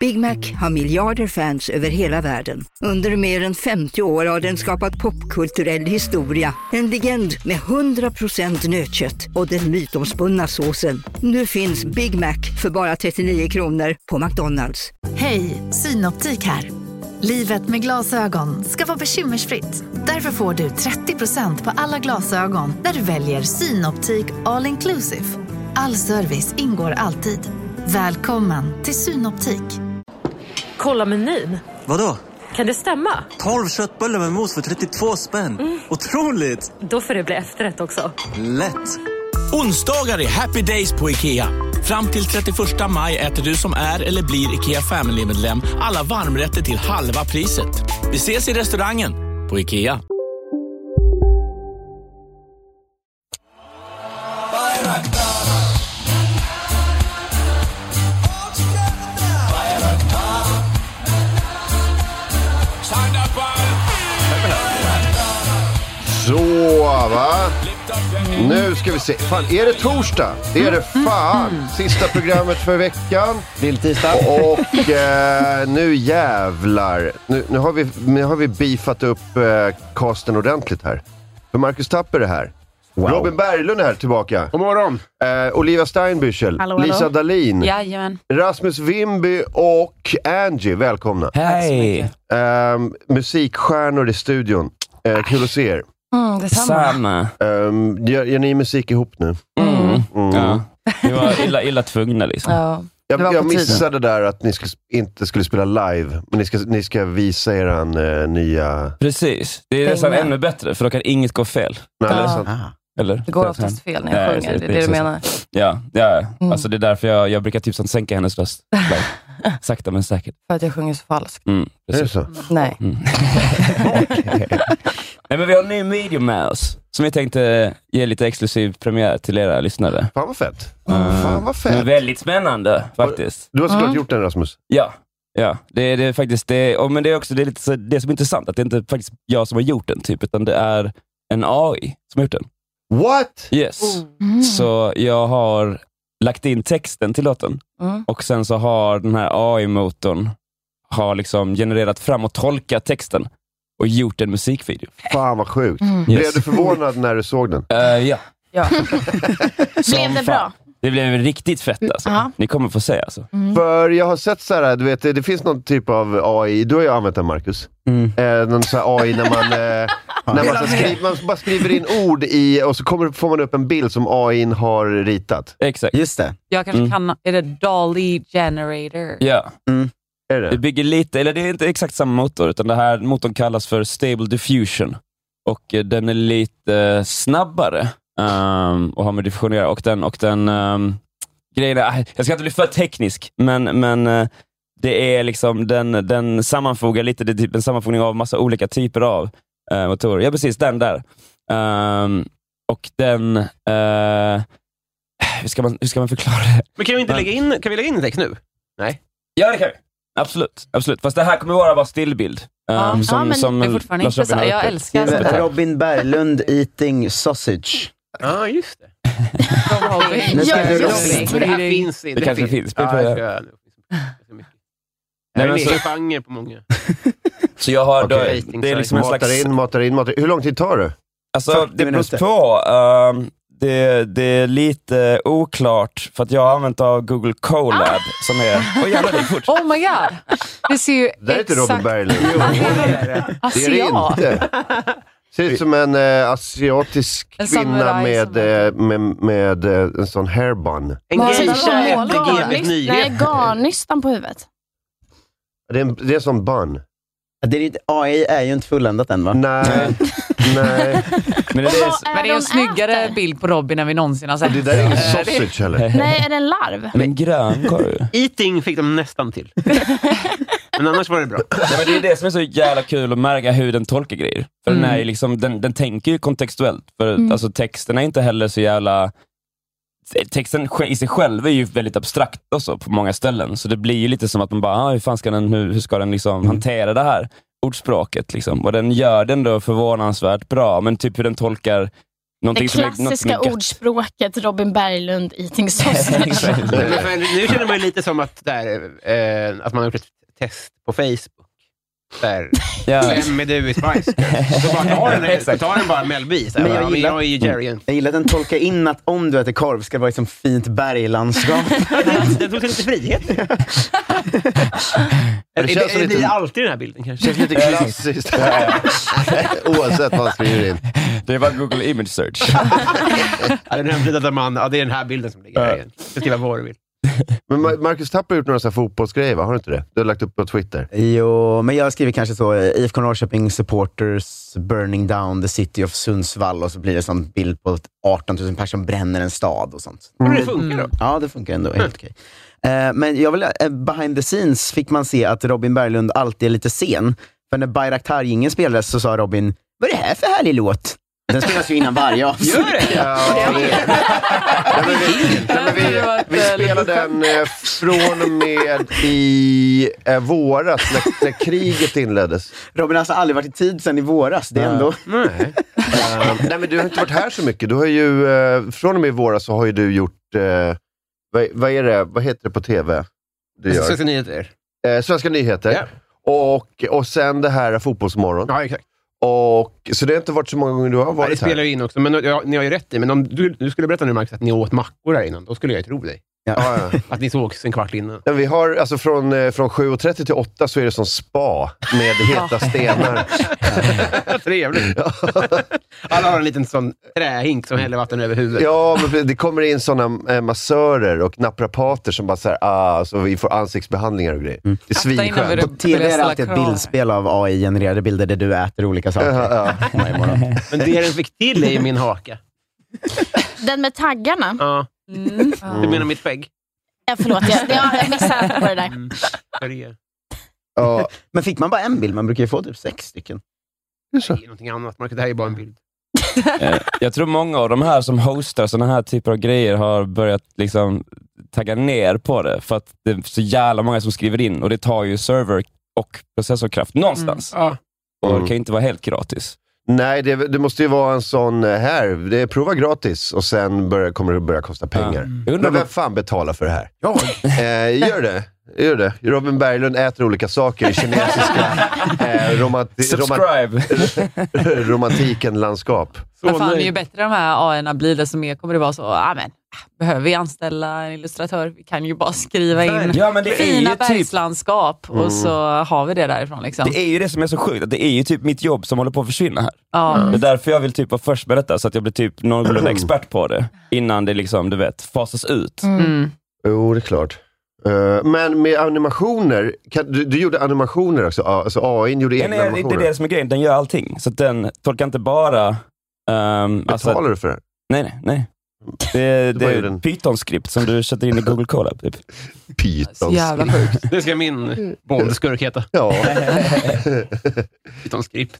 Big Mac har miljarder fans över hela världen. Under mer än 50 år har den skapat popkulturell historia. En legend med 100% nötkött och den mytomspunna såsen. Nu finns Big Mac för bara 39 kronor på McDonald's. Hej, Synoptik här. Livet med glasögon ska vara bekymmersfritt. Därför får du 30% på alla glasögon när du väljer Synoptik All Inclusive. All service ingår alltid. Välkommen till Synoptik. Kolla menyn. Vadå? Kan det stämma? 12 köttbullar med mos för 32 spänn. Otroligt! Då får det bli efterrätt också. Lätt! Onsdagar är happy days på IKEA. Fram till 31 maj äter du som är eller blir IKEA Family-medlem alla varmrätter till halva priset. Vi ses i restaurangen på IKEA. Så, va? Nu ska vi se. Fan, är det torsdag? Det är det fan. Sista programmet för veckan. Lilltisdag. Och nu jävlar. Nu har vi beefat upp casten ordentligt här. För Marcus Tapper är här. Wow. Robin Berglund är här tillbaka. God morgon. Olivia Steinbüchel. Hallå. Lisa Dahlin. Jajamän. Rasmus Wimby och Angie. Välkomna. Hej. Musikstjärnor i studion. Kul att se er. Detsamma. Gör ni musik ihop nu? Ja. Vi var illa tvungna liksom. Ja. Jag missade där att ni inte skulle spela live. Men ni ska visa eran nya... Precis. Det är nästan ännu bättre. För då kan inget gå fel. Nej, Eller? Det går oftast fel när jag sjunger. Det är det du menar. Ja. Alltså det är därför jag brukar typ sånt sänka hennes röst. Sakta men säkert. För att jag sjunger så falskt. Är det så? Nej. Nej, men vi har en ny medium med oss som vi tänkte ge lite exklusiv premiär till era lyssnare. Fan vad fett. Fan vad fett. Men väldigt spännande faktiskt. Du har såklart gjort den, Rasmus. Ja. Det är faktiskt det. Men det är också lite så, det som är intressant att det inte är faktiskt jag som har gjort den typ, utan det är en AI som har gjort den. What? Yes. Så jag har lagt in texten till låten och sen så har den här AI-motorn har liksom genererat fram och tolkat texten och gjort en musikvideo. Fan vad sjukt. Blev du förvånad när du såg den? Ja. Blev det bra? Det blev riktigt fett alltså. Ni kommer få se alltså. För jag har sett så här, du vet, det finns någon typ av AI. Du har ju använt den, Marcus. Någon så här AI när man bara skriver in ord i och så får man upp en bild som AI har ritat. Exakt. Just det. Jag kanske kan, är det Dolly Generator? Ja. Är det? Det bygger lite, eller det är inte exakt samma motor, utan det här motorn kallas för Stable Diffusion. Och den är lite snabbare och har med diffusionera. Och den grejen är, jag ska inte bli för teknisk, men det är liksom den sammanfogar lite, det är typ en sammanfogning av massa olika typer av motorer. Ja, precis, den där. Och den hur ska man förklara det? Men kan vi lägga in en text nu? Nej. Ja, det kan vi. Absolut. Fast det här kommer vara bara stillbild. Men det är fortfarande intressant. Jag älskar det. Robin Berglund eating sausage. Ja, just det. Det finns. Det kanske finns. Det är genre på många. Så jag har okay. Det är liksom en slags... Matar in. Hur lång tid tar det? Alltså, det beror på. Det är lite oklart för att jag har använt av Google Colab som är... jävlar, det är fort. Oh my god. Det ser ju det är inte Robin Berglund. Det är det inte. Ser ut som en asiatisk kvinna med en sån hairbun. En geisha efter GVs nyhet. Nej, garnistan på huvudet. Det är en sån bun. AI är ju inte fulländat än, va? Nej. Men det är en snyggare bild på Robin än vi någonsin har sett. Det där är ingen sausage heller. Nej, är det en larv? Men grön korv. Eating fick de nästan till. Men annars var det bra. Nej, men det är det som är så jävla kul att märka hur den tolkar grejer. För den är ju liksom, den tänker ju kontextuellt. För alltså texten är inte heller så jävla... Texten i sig själv är ju väldigt abstrakt också på många ställen. Så det blir ju lite som att man bara, hur ska den liksom hantera det här ordspråket liksom. Och den gör den då förvånansvärt bra. Men typ hur den tolkar Det klassiska ordspråket Robin Berglund eating sausage. Nu känner man ju lite som att, att man har gjort ett test på Facebook. Där, vem är du i Spice Girls? Och så bara tar den bara Melby. Men jag är ju Jerry. Jag gillar att den tolkar in att om du äter korv ska det vara ett sånt fint berglandskap. Den tog sig lite frihet. Det blir alltid den här bilden kanske. Det känns lite klassiskt. Oavsett vad man skriver in. Det är bara Google Image Search. Den hemsida man, det är den här bilden som ligger här. Jag skriver vad du vill. Men Marcus Tapper har gjort några så här fotbollsgrejer, va? Har du inte det? Du har lagt upp på Twitter. Jo, men jag skriver kanske så IFK Norrköping supporters burning down the city of Sundsvall, och så blir det en sån bild på 18 000 personer som bränner en stad och sånt. Men det funkar då? Ja, det funkar ändå helt okej. Men jag vill, behind the scenes fick man se att Robin Berglund alltid är lite sen. För när Bayraktar-gingen spelades så sa Robin, vad är det här för härlig låt? Den spelas ju innan varje avsnitt. Gör det? Ja, vi spelade den från och med i våras när kriget inleddes. Robin har alltså aldrig varit i tid sedan i våras. Det är ändå... Nej. Nej, men du har inte varit här så mycket. Du har ju, från och med i våras så har ju du gjort... vad är det? Vad heter det på tv? Svenska nyheter. Svenska nyheter. Yeah. Och sen det här Fotbollsmorgon. Ja, exakt. Och så det har inte varit så många gånger du har varit här. Det spelar ju in också, men ni har ju rätt i. Men om du skulle berätta nu, Marcus, att ni åt mackor här innan, då skulle jag tro dig. Ja. Att ni såg en kvart innan. Vi har, alltså från 7:30 till 8 så är det som spa med heta stenar. Trevligt. Alla har en liten sån trähink som häller vatten över huvudet. Ja, men det kommer in såna massörer och naprapater som bara såhär, så vi får ansiktsbehandlingar och grejer. Det är svinskönt. På TV är det alltid ett bildspel av AI-genererade bilder där du äter olika saker. Men det den fick till är ju min haka. Den med taggarna? Ja. Du menar mitt skägg? Ja, förlåt, jag missade på det där. Men fick man bara en bild? Man brukar ju få typ 6 stycken. Det är någonting annat, Marcus. Det här är bara en bild. Jag tror många av de här som hostar såna här typer av grejer har börjat liksom tagga ner på det, för att det är så jävla många som skriver in, och det tar ju server och processorkraft någonstans. Och det kan ju inte vara helt gratis. Nej, det måste ju vara en sån här. Det är prova gratis och sen kommer det börja kosta pengar. Men vem fan betalar för det här? Gör det. Robin Berglund äter olika saker i kinesiska romantiken-landskap. Men fan, det är ju bättre de här AI-erna blir, det som mer kommer det vara så, behöver vi anställa en illustratör? Vi kan ju bara skriva in fina bergslandskap och så har vi det därifrån liksom. Det är ju det som är så sjukt, det är ju typ mitt jobb som håller på att försvinna här. Det är därför jag vill typ vara först med detta, så att jag blir typ någon expert på det innan det liksom, du vet, fasas ut. Jo, det är klart. Men med animationer, du gjorde animationer också, alltså AI gjorde egna animationer. Det är det som är grejen, den gör allting, så att den tolkar inte bara betalar du för det? Nej. Det är Python-skript som du sätter in i Google Colab typ. Python-skript. Det ska min bondskurk heta. Ja. Python-skript.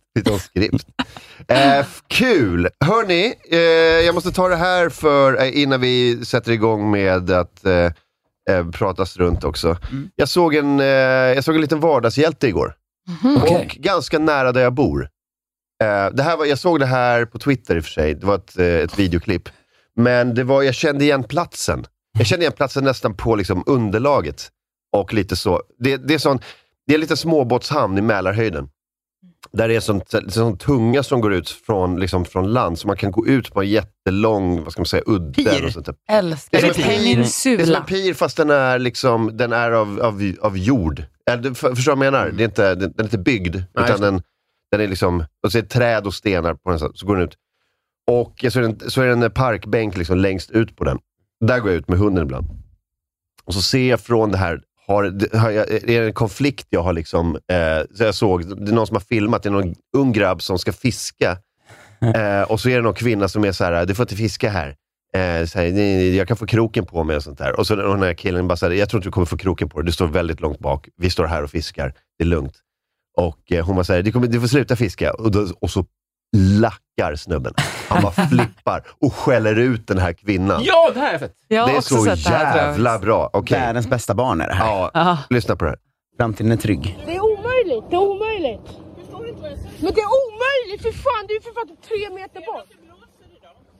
Kul! Hörni, jag måste ta det här innan vi sätter igång med att pratas runt också. Jag såg en liten vardagshjälte igår. Och ganska nära där jag bor. Jag såg det här på Twitter i och för sig. Det var ett videoklipp. Men jag kände igen platsen. Jag kände igen platsen nästan på liksom underlaget. Och lite så. Det är lite småbåtshamn i Mälarhöjden. Där det är sån tunga som går ut från land. Så man kan gå ut på en jättelång, vad ska man säga, udde. Och sånt. Älskar det. Det är som en pir, fast den är av jord. Förstår du vad jag menar? Den är inte byggd. Utan den är liksom, och så är det träd och stenar på den, så går den ut. Och så är det en parkbänk liksom längst ut på den. Där går jag ut med hunden ibland. Och så ser jag från det här, är det en konflikt jag har liksom, så jag såg, det är någon som har filmat, det är någon ung grabb som ska fiska. Och så är det någon kvinna som är så här: du får inte fiska här. Jag kan få kroken på mig och sånt där. Och så den här killen bara säger: jag tror inte du kommer få kroken på dig, du står väldigt långt bak. Vi står här och fiskar, det är lugnt. Och hon bara säger: du får sluta fiska. Och så lackar snubben. Han bara flippar och skäller ut den här kvinnan. Ja, det här är fett. Det är så jävla bra. Okay. Världens bästa barn är det här. Ja, lyssna på det här. Framtiden är trygg. Det är omöjligt. Men det är omöjligt, för fan. Du är för fan 3 meter bort.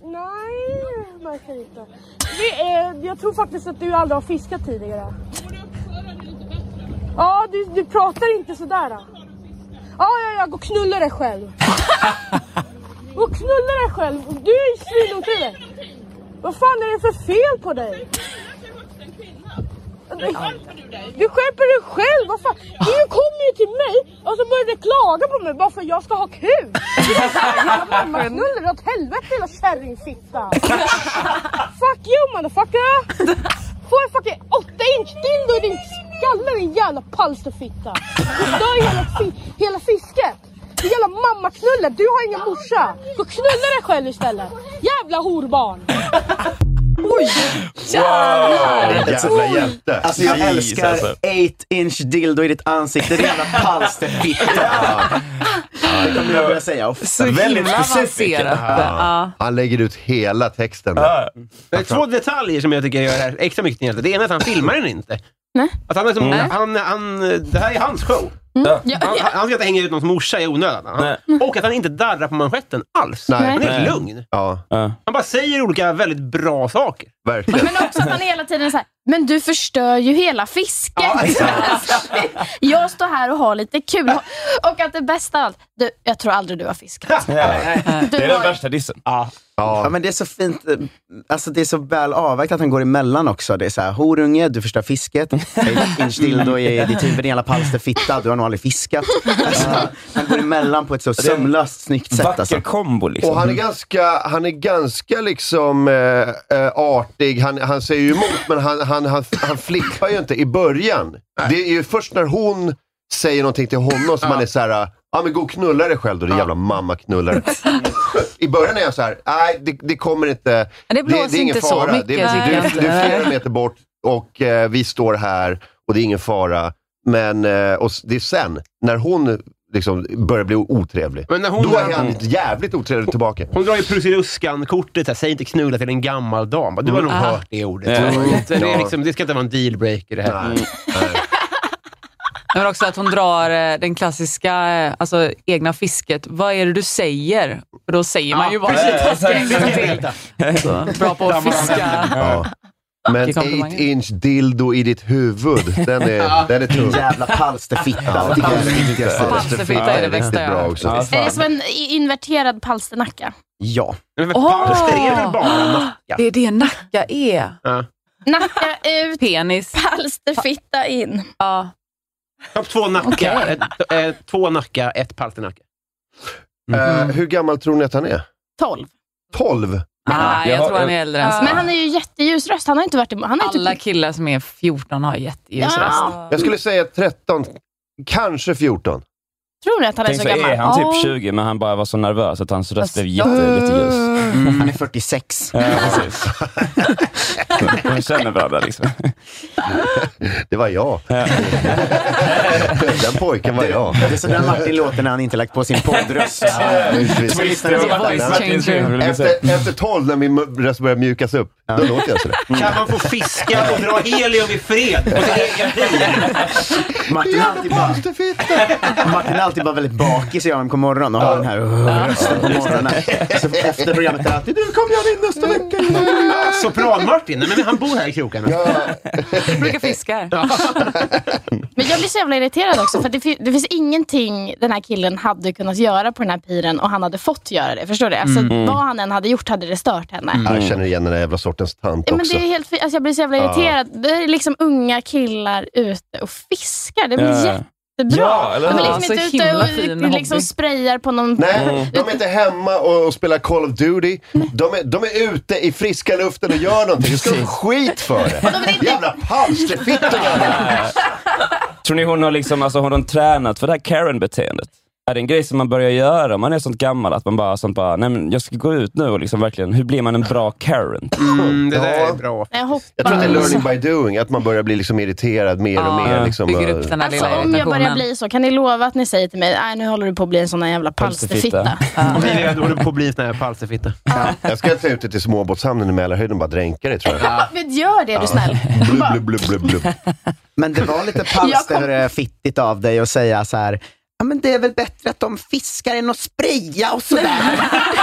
Nej, verkar inte. Jag tror faktiskt att du aldrig har fiskat tidigare. Ja, du pratar inte sådär. Ja, jag går och knullar dig själv. Och knullar dig själv. Du är ju svinotrevlig. Vad fan är det för fel på dig? Du skärper dig själv. Vad fan? Du kommer ju till mig och så börjar du klaga på mig bara för att jag ska ha kul. Mamma knullar åt helvete hela kärringfitta. Fuck you motherfucker. Får jag fucking 8-inch dildo i din skalle, din jävla palsterfitta. Du stör hela fisket. Du jävla mamma knullar. Du har ingen morsa. Gå knulla dig själv istället. Jävla horbarn. Oj! Jävla hjälte. Alltså jag älskar 8-inch dildo i ditt ansikte. Det är jävla palsterfitta. Det kommer jag börja säga. Så väldigt specifikt. Han lägger ut hela texten. Det är 2 detaljer som jag tycker gör det här extra mycket hjälte. Det ena är att han filmar den inte. Nej. Att han liksom, det här är hans show. Han ska inte hänga ut någons morsa i onödan. Och att han inte darrar på manschetten alls. Nej. Han är helt lugn. Ja. Han bara säger olika väldigt bra saker. Verkligen. Men också att han hela tiden så här, men du förstör ju hela fisket. Jag står här och har lite kul. Och att det bästa av allt, jag tror aldrig du har fiskat. Det är den värsta dissen. Ja, men det är så fint. Alltså det är så väl avvägt att han går emellan också. Det är så här, horunge, du förstör fisket. Inch dildo i ditt huvud, din jävla palsterfitta. Du har nog aldrig fiskat. Alltså, han går emellan på ett så sömlöst snyggt sätt. Vacker alltså. kombo liksom. Och han är ganska liksom artig. Han säger ju emot, men han flippar ju inte i början. Det är ju först när hon säger någonting till honom som man är så här, ja men gå och knulla dig själv då, det jävla mamma knullar. I början är jag så här, nej det kommer inte, det är ingen inte fara. Så mycket, du är flera meter bort och vi står här och det är ingen fara. Men och det är sen, när hon liksom börjar bli otrevlig. Men när då är han jävligt otrevlig tillbaka. Hon drar ju Prussiluskan-kortet, säg inte knulla till en gammal dam. Du har nog hört det ordet. Det är liksom, det ska inte vara en dealbreaker det här. Nej. Men också att hon drar den klassiska, alltså egna fisket. Vad är det du säger? För då säger man ju bara bra på att fiska. Ja. Men 8-inch dildo i ditt huvud, den är tung. Jävla palsterfitta. Palsterfitta är det bästa jag har. Är det som en inverterad palsternacka? Ja. Palster är väl bara nacka? Det är det nacka är. Nacka ut, penis. Palsterfitta in. Ja. 2 nackar. 2 nackar, 1 palsternacka. Hur gammal tror ni att han är? 12. 12? Jag tror han är äldre än så. Men han är ju jätteljus röst. Han har inte varit alla killar som är 14 har jätteljus röst. Jag skulle säga 13, kanske 14. Tror ni att han är så gammal? Är han typ 20, men han bara var så nervös att hans röst blev jätteljus. Han är 46. Ja, precis. Man känner varandra liksom. Det var jag. Den pojken var jag. Det är så där Martin låter när han inte lagt på sin poddröst. Efter 12, när min röst börjar mjukas upp, då låter jag sådär. Kan man få fiska och dra helium i fred på sin egen tid? Martin är alltid bara väldigt bakis i på morgonen och har den här rösten på morgonen. Så efter programmet är alltid, du kommer jag in nästa vecka. Sopran Martin, men han bor här i krokarna. Brukar fiska. Men jag blir så jävla irriterad också, för det finns ingenting den här killen hade kunnat göra på den här piren och han hade fått göra det, förstår du? Alltså vad han än hade gjort hade det stört henne. Jag känner igen den här jävla sortens tant också. Men det är helt alltså jag blir så jävla irriterad. Det är liksom unga killar ute och fiskar. Det blir jättebra. Ja, eller de är liksom inte ute och liksom sprayar på någon... Nej, de är inte hemma och spelar Call of Duty. De är ute i friska luften och gör någonting. Det ska de skit för det. Jävla palsterfittor. Tror ni hon har liksom, alltså hon har tränat för det här Karen-beteendet? Är det en grej som man börjar göra om man är sånt gammal att man bara nej men jag ska gå ut nu och liksom verkligen, hur blir man en bra Karen? Det där är bra. Jag tror att det är learning by doing, att man börjar bli liksom irriterad mer och mer. Liksom, bygger upp den här lilla om jag börjar bli så, kan ni lova att ni säger till mig, nu håller du på att bli en sån här jävla palsterfitta. Du håller på att bli en sån här palsterfitta. Jag ska ta ut det till småbåtshamnen i Mälarhöjden och bara dränka det, tror jag. Men gör det, du snäll. Blub. Men det var lite palsterfittigt av dig att säga så här. Ja, men det är väl bättre att de fiskar än att spraya och sådär.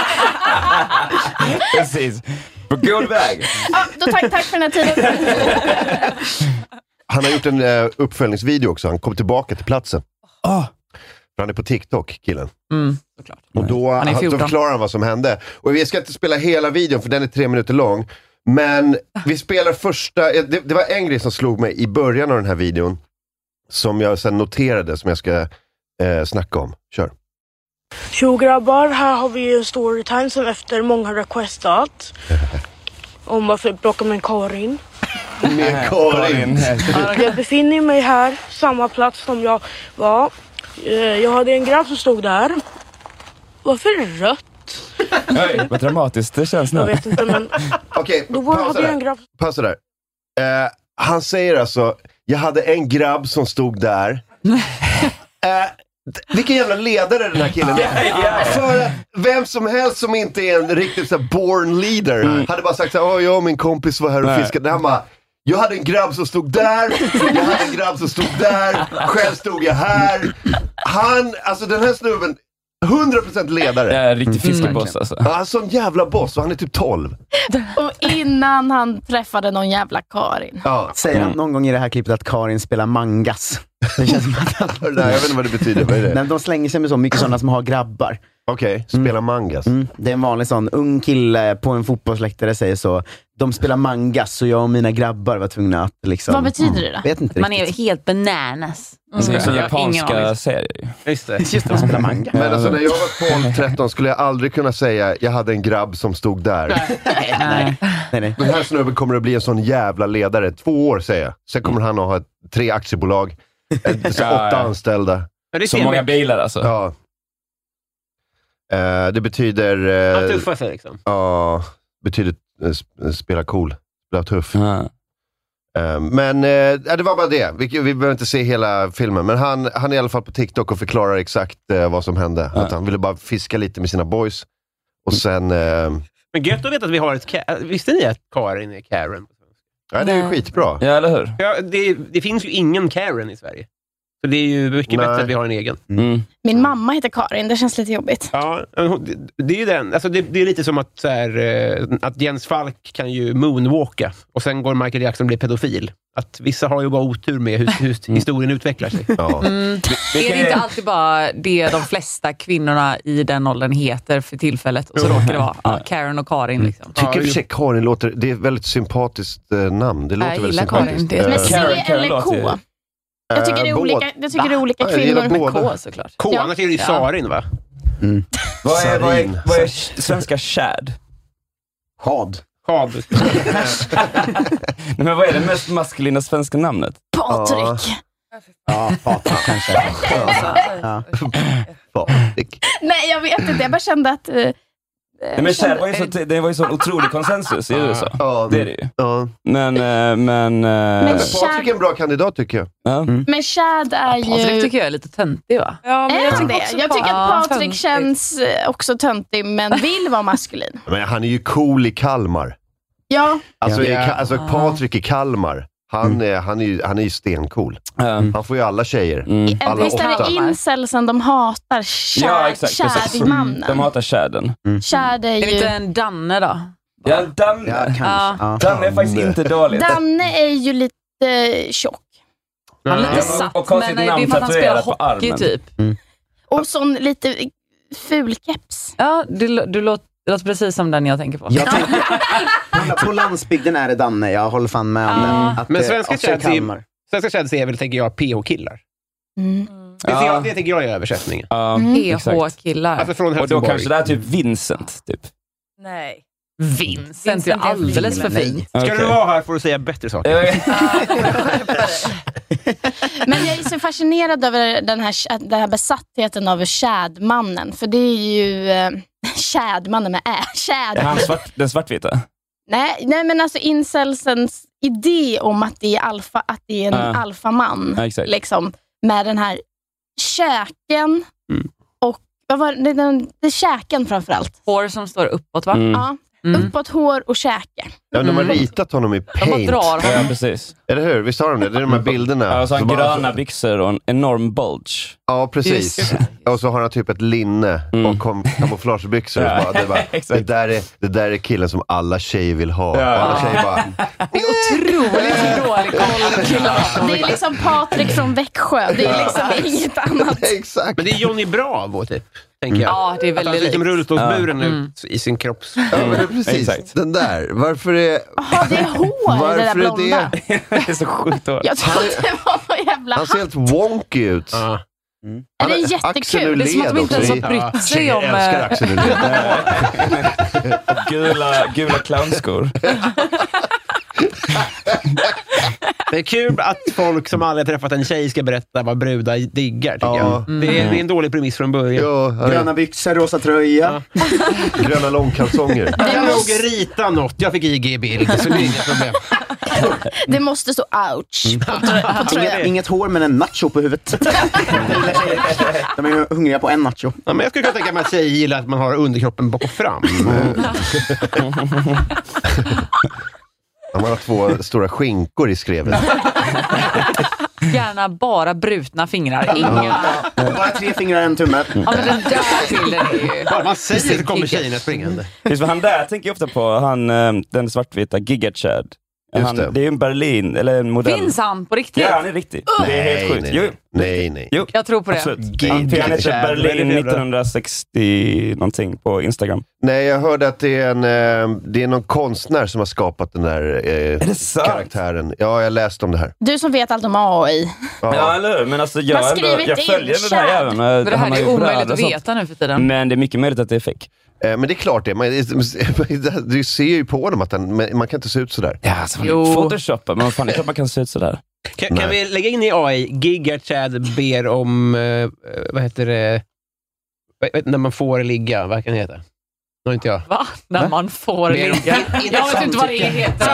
Precis. På god väg. Ja, då tack för den här tiden. Han har gjort en uppföljningsvideo också. Han kom tillbaka till platsen. För han är på TikTok, killen. Såklart. Och då förklarar han vad som hände. Och vi ska inte spela hela videon för den är 3 minuter lång. Men vi spelar första... Det var en grej som slog mig i början av den här videon. Som jag sen noterade, som jag ska snacka om. Kör. Tjo grabbar, här har vi en storytime som efter många requestat. Om varför jag bråkar med Karin. Med Karin. Jag befinner mig här, samma plats som jag var. Jag hade en grabb som stod där. Varför är det rött? Oj, vad dramatiskt det känns nu. Jag vet inte, men... Okej, pausa där. Han säger alltså, jag hade en grabb som stod där. Vilken jävla ledare den här killen är. För vem som helst som inte är en riktigt så här born leader hade bara sagt så här, jag och min kompis var här och fiskade. Han bara, jag hade en grabb som stod där, jag hade en grabb som stod där, själv stod jag här. Alltså den här snubben 100% ledare. Det är riktigt fiskeboss alltså. Ja, sån jävla boss och han är typ 12. Och innan han träffade någon jävla Karin. Ja. Säger han någon gång i det här klippet att Karin spelar mangas? Det känns som att jag vet inte vad det betyder. Vad är det? Nej, de slänger sig med så mycket sådana som har grabbar. Okej, spela mangas. Det är en vanlig sån ung kille på en fotbollsläktare säger så. De spelar mangas så jag och mina grabbar var tvungna att liksom... Vad betyder det då? Vet inte Man är riktigt. helt bananas. Det är så japanska serier. Just det. Just de spelar manga. Men alltså när jag var 12-13 skulle jag aldrig kunna säga jag hade en grabb som stod där. Nej. Den här snubben kommer att bli en sån jävla ledare. 2 år säger jag. Sen kommer han att ha 3 aktiebolag. 8 anställda. Så många bilar alltså. Ja. Det betyder... Att tuffa sig liksom. Ja, betyder spela cool. Spela tuff. Men det var bara det. Vi behöver inte se hela filmen. Men han är i alla fall på TikTok och förklarar exakt vad som hände. Att han ville bara fiska lite med sina boys. Och sen... Men gött att veta att vi har ett... Visste ni att Karin är Karen? Ja, det är ju skitbra. Ja, eller hur? Ja, det finns ju ingen Karen i Sverige. Så det är ju mycket bättre att vi har en egen. Min mamma heter Karin, det känns lite jobbigt. Ja, det är ju den. Alltså det är lite som att, så här, att Jens Falk kan ju moonwalka och sen går Michael Jackson bli pedofil. Att vissa har ju bara otur med hur historien utvecklar sig. Ja. Är det inte alltid bara det de flesta kvinnorna i den åldern heter för tillfället? Och så råkar det vara Karen och Karin. Liksom. Tycker för sig Karin låter... Det är ett väldigt sympatiskt namn. Det låter väldigt sympatiskt. Karin. Men C eller K? Jag tycker det är olika kvinnor med K såklart. K, annars är det ju Sarin, va? Vad är svenska Chad? Chad. Nej, men vad är det mest maskulina svenska namnet? Patrik. Ja, Patrik kanske. Patrik. Nej, jag vet inte. Jag bara kände att... Nej, men Chad det var ju så otrolig konsensus i USA. Ja, det är det ju. Ja. Men Patrik är en bra kandidat tycker jag. Men Chad är ju... Patrik tycker jag är lite töntig, va? Ja, men jag tycker att Patrik känns också töntig, men vill vara maskulin. Men han är ju cool i Kalmar. Ja. Alltså Patrik i Kalmar. Han är ju stencool. Han får ju alla tjejer. Alla visst är det incelsen de hatar Chad i mannen. De hatar Chaden. Chad är ju... Är det inte en Danne då? Ja, Danne. Ja, kanske. Danne är faktiskt inte dåligt. Danne är ju lite tjock. Han är lite satt, och men det är för att han spelar hockey typ. Och sån lite ful keps. Ja, det låter precis som den jag tänker på. På landsbygden är det Danne, jag håller fan med om det. Men svenska Chad är väl, tänker jag, PH-killar. Det tänker jag är översättningen. PH-killar. Alltså från och då kanske det är typ Vincent, typ. Nej. Vincent är alldeles för fint. Ska du vara här får du säga bättre saker. Men jag är så fascinerad över den här besattheten av Chad-mannen. För det är ju Chad-mannen med Chad. Är han den svartvita? Nej, men alltså incelsens idé om att det är en alfaman. Liksom, med den här käken och vad var det är käken framförallt. Hår som står uppåt, va? Ja, uppåt hår och käke. Ja, de har ritat honom i paint. Ja, precis. Eller hur? Visst har de det? Det är de här bilderna. Ja, och så har han gröna byxor och en enorm bulge. Ja, precis. Och så har han typ ett linne och kamouflagebyxor. Ja. Det där är killen som alla tjejer vill ha. Ja. Alla tjejer bara... Det är otroligt dålig koll. Det är liksom Patrik från Växjö. Det är liksom inget annat. Exakt. Men det är Johnny Bravo, typ. Tänker jag. Ja, det är väldigt likt. Att han rullstolsburen ut i sin kropps... Ja, men det är precis. Exakt. Den där. Varför är... Jaha, det är hår i det där blonda. Det är så sjukt hår. Jag trodde det var någon jävla han ser helt wonky ut. Ja. Det är jättekul. Det är som att de inte ens har brytt sig om... Jag älskar Axel gula clownskor. Det är kul att folk som aldrig har träffat en tjej ska berätta vad brudar diggar, tycker jag. Det är en dålig premiss från början. Ja, gröna byxor, rosa tröja. Gröna långkalsonger. Jag vågar rita något. Jag fick IG-bild, så det är inget problem. Det måste stå ouch på tröjan. Inget hår, men en nacho på huvudet. De är hungriga på en nacho. Ja, men jag skulle kunna tänka mig att tjejer gillar att man har underkroppen bak och fram. Man har 2 stora skinkor i skrevet. Gärna bara brutna fingrar. Inga... Bara 3 fingrar, en tumme. Ja, men den där bilden är ju... Bara man säger att kommer tjejerna springande. Han där tänker jag ofta på. Den svartvita Giga Chad. Det är ju en Berlin, eller en modell. Finns han på riktigt? Ja, han är riktig. Det är helt sjukt. Nej. Jo. Jag tror på det. Han heter Berlin 1960 någonting på Instagram. Nej, jag hörde att det är någon konstnär som har skapat den där karaktären. Ja, jag läste om det här. Du som vet allt om AI. Ja, eller hur? Men alltså, jag följer det här även. Det här är omöjligt att veta nu för tiden. Men det är mycket möjligt att det är fake. Men det är klart det. Du ser ju på dem att man kan inte se ut sådär. Ja, alltså, Photoshoppa, men fan inte att man kan se ut sådär. Kan vi lägga in i AI? Giga Chad ber om, vad heter det? När man får ligga, vad kan det heta? Nå, inte jag. Va? När man får ligga? Jag vet inte vad det heter.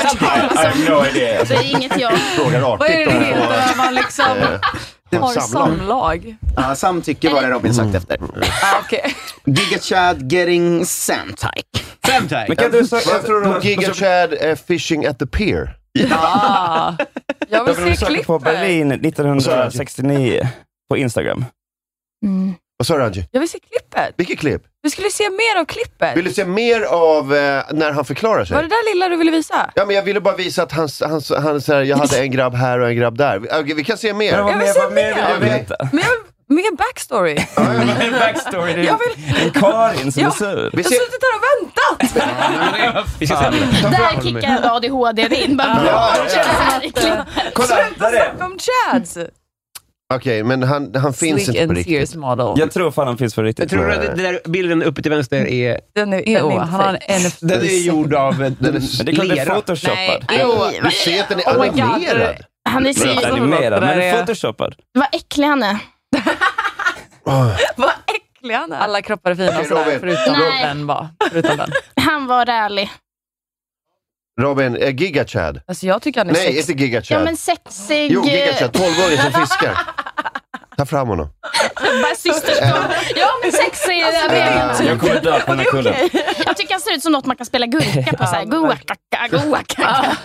Det är inget jag frågar artigt. Vad är det heter när man liksom har samlag? Ja, samtycke var det Robin sagt efter. Okej. Giga Chad getting samtyke. Men kan du säga, jag tror Giga Chad fishing at the pier. Ja. Jag vill se klippet. På Berlin 1969 på Instagram. Vad sa du, Angie? Jag vill se klippet. Vilket klipp? Du skulle se mer av klippet. Vill du se mer av när han förklarar sig? Var det där lilla du ville visa? Ja, men jag ville bara visa att han så här, jag hade en grabb här och en grabb där. Vi kan se mer. Jag vill se mer. Mer backstory. En backstory. En Karin som är sur. Vi har suttit här och väntat. Där kickar ADHD in. Kolla, där är om Chads. Okej, men han finns inte på riktigt. Jag tror fan han finns på riktigt. Jag tror att den där bilden uppe till vänster är... Han har en NFT. Den är gjord av lera. Det är klart det är photoshoppad. Vi ser att den är animerad. Han är så animerad, men är photoshoppad. Vad äcklig han är. Vad äcklig han är. Alla kroppar är fina förutom den. Han var ärlig. Robin, Giga Chad. Alltså jag tycker han är sexig. Nej, inte Giga Chad. Ja, men sexig. Jo, Giga Chad, 12-åring som fiskar. Ta fram honom. Ja, men sexig. Jag kommer dö på den här kullen. Jag tycker han ser ut som något man kan spela gurka på. Så här. Goa-kaka.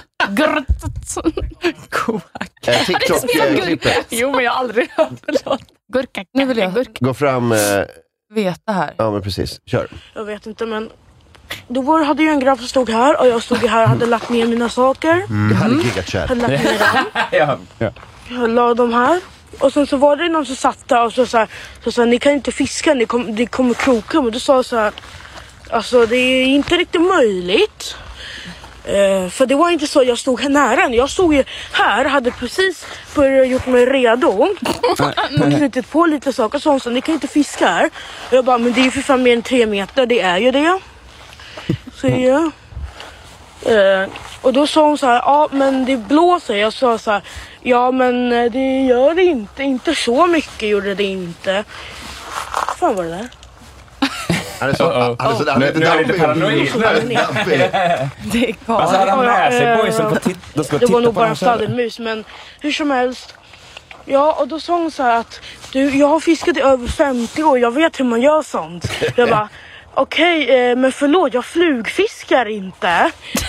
TikTok-klippet. Jo, men jag har aldrig hört det. Gurka. Nu vill jag gå fram. Veta här. Ja, men precis. Kör. Jag vet inte, men då hade jag en grabb som stod här och jag stod här och hade lagt ner mina saker. Du hade Giga Chad. Hade lagt ner dem. Jag la dem här. Och sen så var det någon som satt där och så sa ni kan inte fiska, det kommer kroka. Men då sa jag så här, alltså det är inte riktigt möjligt. För det var inte så, jag stod här nära. Jag stod ju här, hade precis börjat gjort mig redo och knutit på lite saker sånt, så ni kan inte fiska här. Och jag bara, men det är ju för fan mer än 3 meter, det är ju det. Så ja. Och då sa hon så här, ja men det blåser. Jag sa så här, ja men det gör det inte så mycket gjorde det inte. Fan var det där? Han är lite paranoid. Det är kvar. Alltså hade han med sig boysen på titta. Det var nog bara en fladdermus, men hur som helst. Ja, och då sa hon så här att jag har fiskat i över 50 år, jag vet hur man gör sånt. Jag bara, okej, men förlåt, jag flugfiskar inte.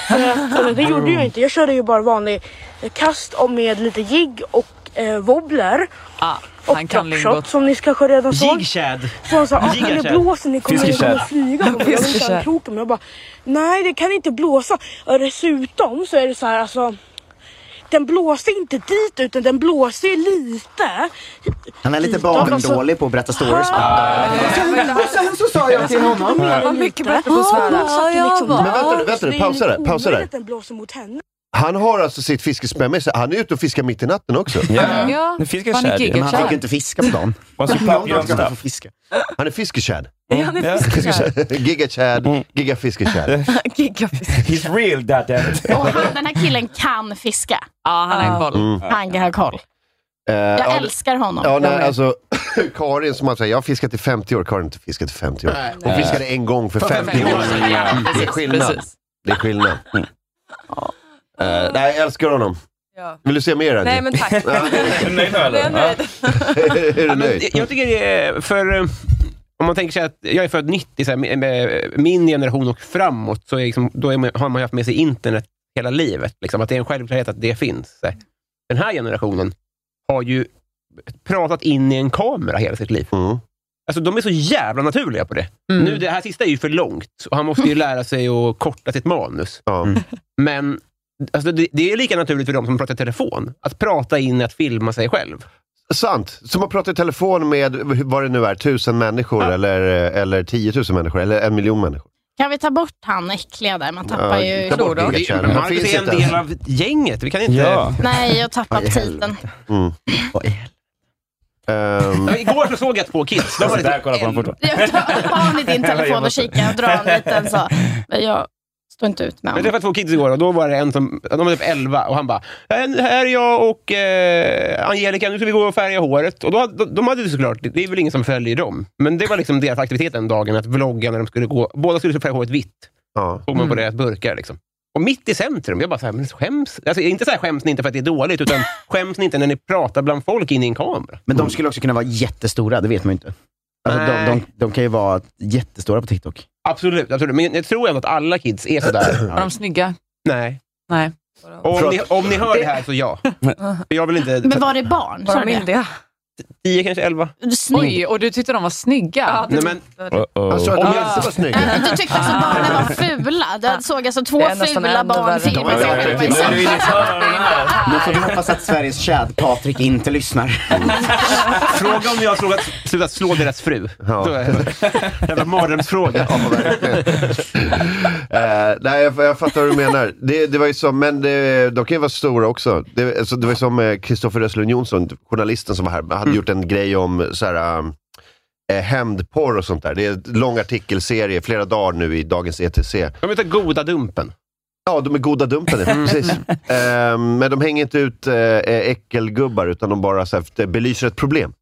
Det gjorde jag inte. Jag körde ju bara vanlig kast med lite jigg och wobbler. Och dropshot som ni kanske redan såg. Jigshad. Så han sa, nu blåser ni kommer att flyga. Jag vill inte ha kroken. Men jag bara, nej det kan inte blåsa. Och dessutom så är det så här, alltså... Den blåser inte dit utan den blåser lite. Han är lite barndålig på att berätta stories. Sen så sa jag till honom. Vad mycket bättre på att svära. Men vänta, pausa där. Den blåser mot henne. Han har alltså sitt fiskespö med sig. Han är ute och fiskar mitt i natten också. Ja. Men han fick inte fiska på dagen. Han är fiskechad. Han är fiskechad. Gigafiskechad. He's real that. Och den här killen kan fiska. Ja, han har koll. Han har koll. Jag älskar honom. Ja, nej, alltså, Karin som man säger, jag har fiskat i 50 år. Karin har inte fiskat i 50 år. Hon fiskade en gång för 50 år. Det är skillnad. Det är skillnad. Nej, jag älskar honom. Ja. Vill du se mer? Andy? Nej, men tack. Är du nöjd? Jag tycker det är för... Om man tänker sig att jag är född 90, så här, med min generation och framåt, så är liksom, har man haft med sig internet hela livet. Liksom, att det är en självklarhet att det finns. Så här. Den här generationen har ju pratat in i en kamera hela sitt liv. Alltså de är så jävla naturliga på det. Nu, det här sista är ju för långt. Och han måste ju lära sig att korta sitt manus. Men alltså, det är lika naturligt för dem som pratar i telefon. Att prata in, att filma sig själv. Sant. Som att prata i telefon med vad det nu är, 1000 människor eller 10 000 människor eller 1 miljon människor. Kan vi ta bort han äckliga där? Man tappar ju... Han är en del av gänget. Vi kan inte... Ja. Nej, jag tappar titeln. Igår så såg jag 2 kids. De var lite... Har ni din telefon och kika och dra en liten så. Jag står inte ut med honom. Jag träffade 2 kids igår och då var det en som, de var typ 11 och han bara, här är jag och Angelica, nu ska vi gå och färga håret. Och då, de hade det såklart, det är väl ingen som följer dem. Men det var liksom deras aktivitet den dagen, att vlogga när de skulle gå, båda skulle färga håret vitt. Såg man på deras burkar liksom. Och mitt i centrum, jag bara så här, men skäms. Alltså inte så här skäms ni inte för att det är dåligt, utan skäms ni inte när ni pratar bland folk in i en kamera. Men de skulle också kunna vara jättestora, det vet man ju inte. Alltså de kan ju vara jättestora på TikTok. Absolut. Men jag tror ändå att alla kids är sådär. Var de snygga? Nej. Och om ni hör det här så ja. Jag vill inte... Men var det barn? Var de myndiga? 10, kanske 11. Oj, och du tyckte de var snygga? Ja, nej, men... Alltså, om jag inte var snygga. Du tyckte alltså barnen var fula? Du såg alltså 2 fula barnfilmer. Nu får vi hoppas att Sveriges Chad Patrik inte lyssnar. Fråga om jag har slutat slå deras fru. Ja. Det var mardrömsfråga. Nej, jag fattar vad du menar. Det var ju som, men de kan ju vara stora också. Det var ju som Kristoffer Röslund Jonsson, journalisten som var här, hade gjort en grej om så här hämndporr och sånt där. Det är en lång artikelserie, flera dagar nu i dagens ETC. De heter Goda Dumpen. Ja, de är Goda Dumpen, precis. Men de hänger inte ut äckelgubbar, utan de bara så här, belyser ett problem.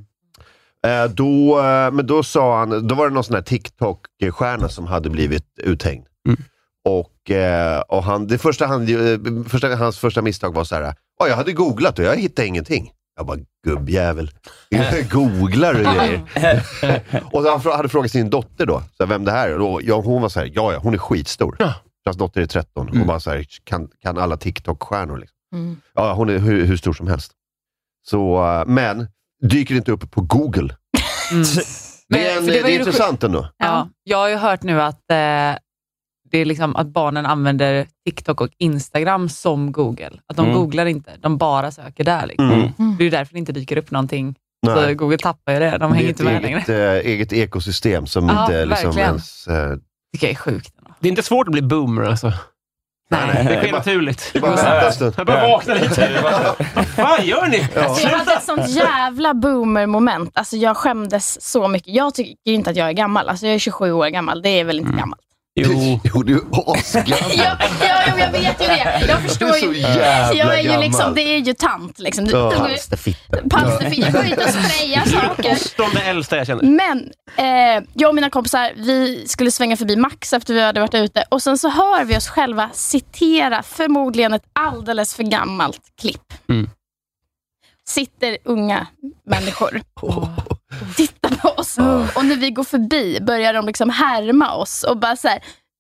Men då sa han, då var det någon sån här TikTok-stjärna som hade blivit uthängd. Och hans första misstag var så här: jag hade googlat och jag hittade ingenting. Jag bara, gubbjävel. Googlar du grejer? Och så han hade frågat sin dotter då, så här, vem det här är. Och hon var så här, ja, hon är skitstor. Hans dotter är 13. Hon bara så här, kan alla TikTok-stjärnor liksom. Ja, hon är hur stor som helst. Så, men dyker inte upp på Google. Det är intressant ändå. Ja, jag har ju hört nu att det är liksom att barnen använder TikTok och Instagram som Google. Att de googlar inte, de bara söker där. Liksom. Det är därför det inte dyker upp någonting. Nej. Så Google tappar ju det, de hänger inte med längre. Det är ett eget ekosystem som inte liksom ens... Det är sjukt. Det är inte svårt att bli boomer alltså. Nej. Det sker naturligt. Det bara jag bara vaknar lite. Vad fan gör ni? Alltså, jag hade ett sånt jävla boomer-moment. Alltså jag skämdes så mycket. Jag tycker inte att jag är gammal. Alltså jag är 27 år gammal. Det är väl inte gammalt. Jo, du är asgammal. Jag vet ju det. Jag förstår ju. Jag är ju liksom, det är ju tant liksom. Palsterfitta. Jag går inte och sprayar saker. 8:e äldsta jag känner. Men jag och mina kompisar, vi skulle svänga förbi Max efter vi hade varit ute. Och sen så hör vi oss själva citera förmodligen ett alldeles för gammalt klipp. Sitter unga människor och tittar på oss. Och när vi går förbi börjar de liksom härma oss och bara så här: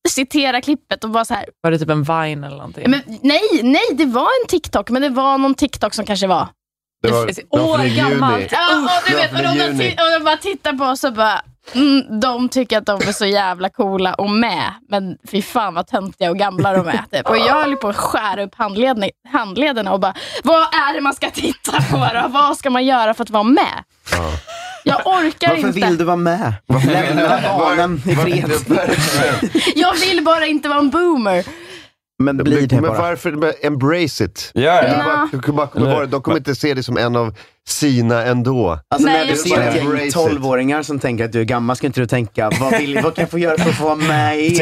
citera klippet och bara så här. Var det typ en Vine eller någonting? Men, nej, det var en TikTok, men det var någon TikTok som kanske var år gammalt. Ja, du vet, och de bara tittar på oss och bara de tycker att de är så jävla coola och med, men fy fan vad töntiga och gamla de är typ. Och jag höll på att skära upp handlederna och bara, vad är det man ska titta på då? Vad ska man göra för att vara med? Ja. Jag orkar inte. Varför vill du vara med? Lämna barnen i fred. Jag vill bara inte vara en boomer. Men varför embrace it? De kommer inte se det som en av sina ändå. Alltså när du ser ett gäng 12-åringar som tänker att du är gammal, ska inte du tänka, vad kan jag få göra för att få vara med i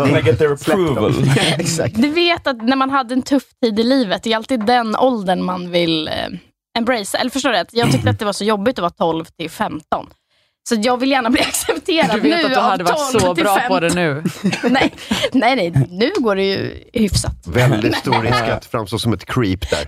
Exakt. Du vet att när man hade en tuff tid i livet, det är alltid den åldern man vill embrace. Eller förstår du? Jag tyckte att det var så jobbigt att vara 12 till 15. Så jag vill gärna bli accepterad nu. Du vet att du hade varit så bra på det nu. nej, nu går det ju hyfsat. Väldigt stor risk att framstå som ett creep där.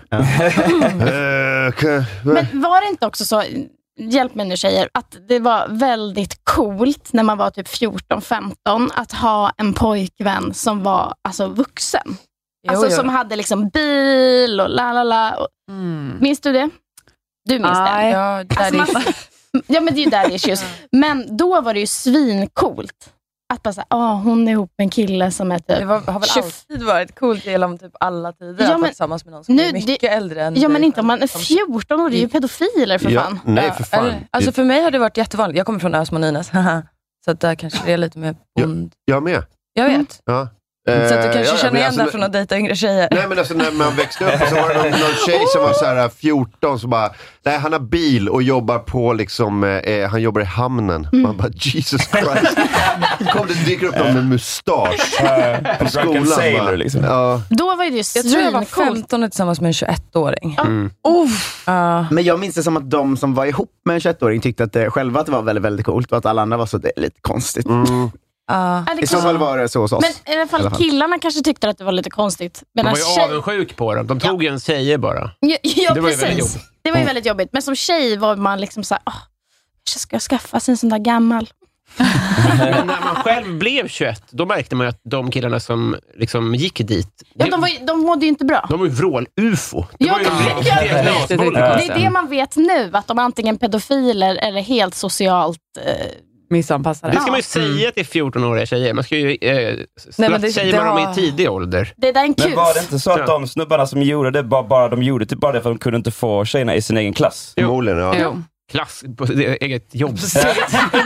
Men var det inte också så, hjälp mig nu tjejer, att det var väldigt coolt när man var typ 14-15 att ha en pojkvän som var alltså vuxen? Alltså som hade liksom bil och la. Minns du det? Du minns det? Ja, ja, men det är ju där issues. Men då var det ju svincoolt att bara säga, hon är ihop med en kille som är typ det har väl alltid varit coolt genom typ alla tider att vara tillsammans med någon som är mycket äldre än men inte om man är 14 år, det är ju pedofiler för fan. Nej, för fan. Alltså för mig har det varit jättevanligt. Jag kommer från Ösmonines. Så att där kanske det är lite mer bond. Jag med. Jag vet. Ja. Så att du kanske känner igen där från att dejta yngre tjejer. Nej, men alltså när man växte upp så var det någon tjej som var så här 14 så bara, nej, han har bil och jobbar på liksom, han jobbar i hamnen. Man bara, Jesus Christ. Kom det dyker upp någon med mustasch på skolan. Sailor, liksom. Då var det ju jag tror jag var 15 tillsammans med en 21-åring. Men jag minns det som att de som var ihop med en 21-åring tyckte att det själva att det var väldigt, väldigt coolt och att alla andra var så, det är lite konstigt. I så fall var det så hos oss. Men i alla fall killarna kanske tyckte att det var lite konstigt. Men de var ju avundsjuk på dem. De tog ju en tjejer bara. Ja, det var ju väldigt jobbigt. Det var ju väldigt jobbigt. Men som tjej var man liksom såhär, kanske ska jag skaffa sig en sån där gammal. Men när man själv blev 21, då märkte man ju att de killarna som liksom gick dit, de mådde ju inte bra. De var ju vrål-UFO. Det är det man vet nu, att de är antingen pedofiler eller helt socialt missanpassade. Det ska man ju säga till 14-åriga tjejer. Man ska ju säga vad de är i tidig ålder. Det är en kul. Men var det inte så att de snubbarna som gjorde det de gjorde det bara det för att de kunde inte få tjejerna i sin egen klass? Förmodligen, ja. Klass på eget jobb. Universitet.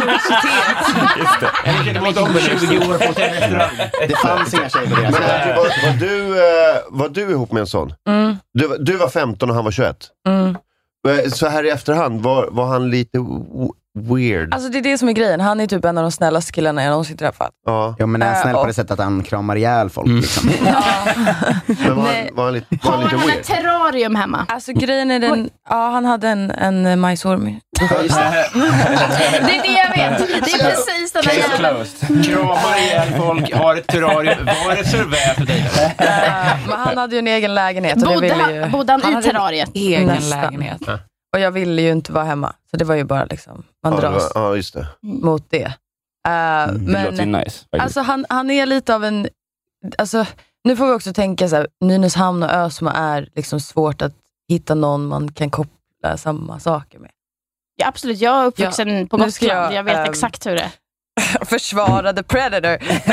Eller det var de 20 år på restaurang. Det fanns inga tjejer på det. Men var du ihop med en sån? Du var 15 och han var 21? Så här i efterhand, var han lite weird? Alltså det är det som är grejen. Han är typ en av de snällaste killarna jag någonsin träffat. Ja, men är han snäll på det sättet att han kramar ihjäl folk liksom. Men var han lite weird? Han ett terrarium hemma. Alltså grejen är den, han hade en majsorm. Det är det jag vet. Det är precis den där jäveln. Kramar ihjäl folk, har ett terrarium. Var det survey för dig? Men han hade ju en egen lägenhet. Bodde han i terrariet? Egen lägenhet. Och jag ville ju inte vara hemma. Så det var ju bara liksom, man dras just det. mot det. Det låter ju nice. Alltså han är lite av en, alltså nu får vi också tänka så här, Nynäshamn och Ösmo är liksom svårt att hitta någon man kan koppla samma saker med. Ja, absolut. Jag är uppvuxen på Gotland. Jag vet exakt hur det är. Försvara the predator.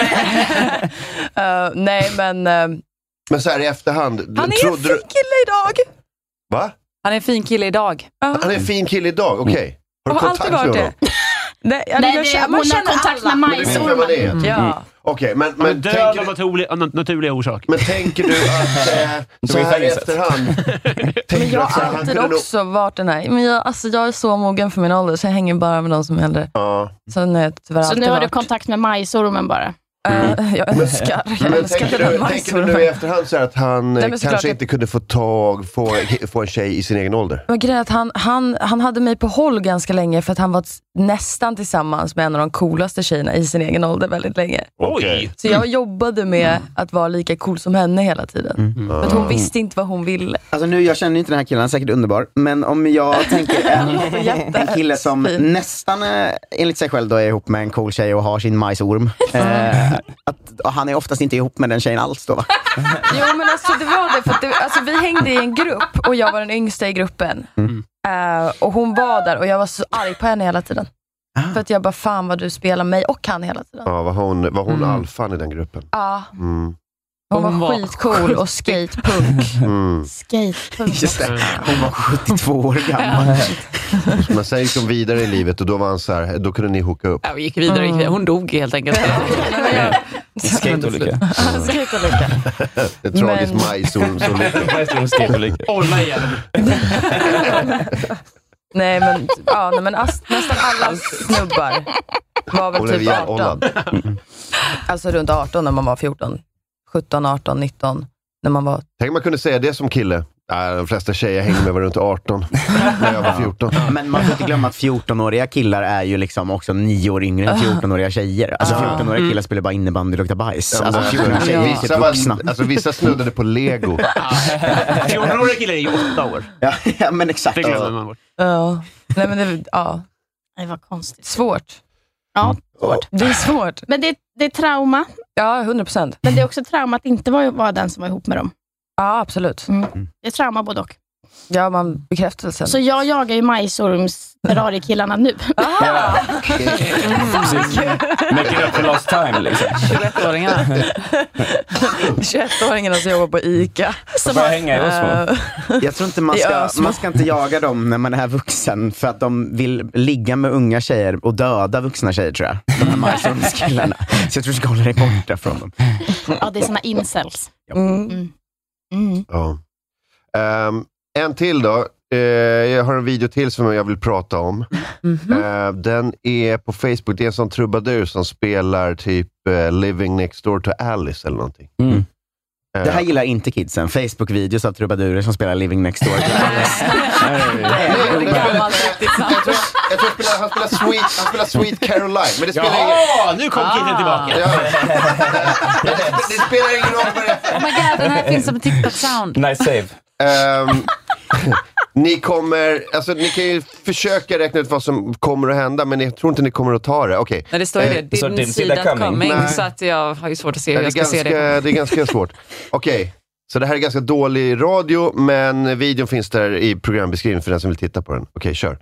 Nej, men... men så här i efterhand... Han är en fin kille idag. Va? Han är en fin kille idag. Han är en fin kille idag, okej. Har du kontakt med honom? Nej, hon har kontakt med majsormen. Ja. Okej, men död av naturliga orsaker. Men tänker du att så här i efterhand... Men jag har alltid också varit den här. Men jag är så mogen för min ålder, så jag hänger bara med de som är äldre. Så nu har du kontakt med majsormen bara? Jag önskar. Men tänker du nu i efterhand så att han kanske inte kunde få en tjej i sin egen ålder? Men grejen att han hade mig på håll ganska länge för att han var nästan tillsammans med en av de coolaste tjejerna i sin egen ålder väldigt länge. Oj! Så jag jobbade med att vara lika cool som henne hela tiden. Men hon visste inte vad hon ville. Alltså nu, jag känner inte den här killen, han är säkert underbar. Men om jag tänker en kille som nästan enligt sig själv då är ihop med en cool tjej och har sin majsorm. Att han är oftast inte ihop med den tjejen alls då, va? Jo, men alltså det var det. För att vi hängde i en grupp och jag var den yngsta i gruppen. Och hon var där och jag var så arg på henne hela tiden. För att jag bara, fan vad du spelar mig och han hela tiden. Ja, var hon alfan i den gruppen? Ja. Hon var skitcool och skatepunk. Skatepunk. Just det. Hon var 72 år gammal. Men sen gick de vidare i livet och då var han så här, då kunde ni hooka upp. Ja, vi gick vidare. Hon dog helt enkelt. Skateolycka. Skateolycka. En tragisk majsolsolycka. Olla igen. Nej, men nästan alla snubbar var väl typ 18. Alltså runt 18 när man var 14. 17, 18, 19 när man var... Tänk man kunde säga det som kille. De flesta tjejer hänger med var runt 18 när jag var 14. Men man får inte glömma att 14-åriga killar är ju liksom också 9 år yngre än 14-åriga tjejer. Alltså 14-åriga killar spelar bara innebandy och luktar bajs. Alltså 14-åriga tjejer vissa snuddade på Lego. 14-åriga killar är ju 8 år. Ja, men exakt. Det glömmer man bort. Ja. Nej, men det var konstigt. Svårt. Ja, svårt. Det är svårt. Men det är trauma. Ja, 100%. Men det är också trauma att inte vara den som var ihop med dem. Ja, absolut. Det är trauma både och. Ja, man bekräftelsen. Så jag jagar ju majsorms terrariekillarna nu. Making up for lost time liksom. 21-åringarna. 21-åringarna som jobbar på ICA. Som bara hänga i Osmo. Jag tror inte man ska inte jaga dem när man är vuxen för att de vill ligga med unga tjejer och döda vuxna tjejer, tror jag. De här majsormskillarna. Så jag tror du ska hålla dig borta från dem. Ja, det är såna incels. Ja. En till då. Jag har en video till som jag vill prata om. Den är på Facebook. Det är en sån trubadur som spelar typ Living Next Door to Alice eller någonting. Det här gillar inte kidsen. Facebook-videos av trubadurer som spelar Living Next Door to Alice. Jag tror han spelar Sweet Caroline. Men det spelar nu kom kidsen tillbaka. Det spelar ingen roll vad det är. Oh my god, den här finns som TikTok-sound. Nice save. Ni kan ju försöka räkna ut vad som kommer att hända, men jag tror inte ni kommer att ta det. Okej. Nej, det står ju det. Din sida coming. Så att jag har ju svårt att se hur jag ska se det. Det är ganska svårt. Okej. Så det här är ganska dålig radio, men videon finns där i programbeskrivningen för den som vill titta på den. Okej, kör.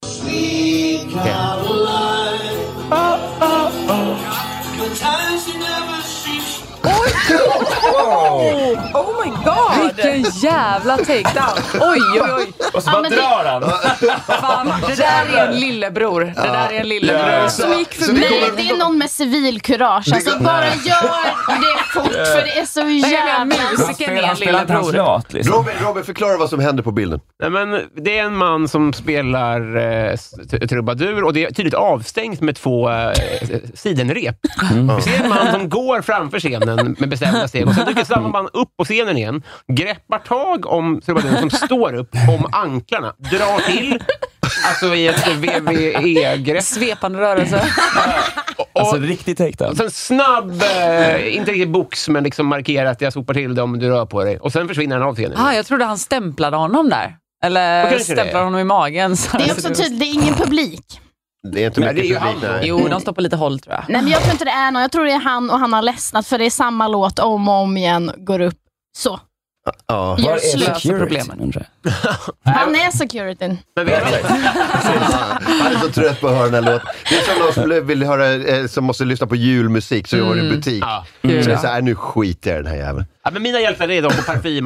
Oh my god! Vilken jävla takedown! Oj. Och så bara drar han. Fan, det där är en lillebror. Det där är en lillebror som gick förbi. Nej, det är någon med civilkurage. Alltså bara gör det fort, för det är så jävla... Musiken är en lillebror. Liksom. Robin, förklara vad som händer på bilden. Nej, men det är en man som spelar trubadur och det är tydligt avstängt med 2 sidenrep. Vi ser en man som går framför scenen med bestämda steg och sen dyker samma man upp på scenen igen, greppar tag om trubaduren som står upp om anklarna, drar till, alltså i ett VVE-grepp. Svepande rörelse. Alltså riktigt takedown. Sen snabb, inte riktigt box, men liksom markera att jag sopar till det om du rör på dig. Och sen försvinner han av scenen. Jag trodde han stämplade honom där. Eller stämplade honom i magen. Så det är också tydligt, det är ingen publik. Det är inte mycket publik. Jo, de står på lite håll, tror jag. Nej, men jag tror inte det är någon. Jag tror det är han och han har ledsnat för det är samma låt om och om igen, går upp så. Ja. Var är security? Han är securityn. Men vet du? Han är så trött på att höra den här låten. Det är som någon som vill höra, som måste lyssna på julmusik så gör det i butik. Så det är så här, nu skiter jag den här jäveln. Ja, men mina hjältar är de på parfym.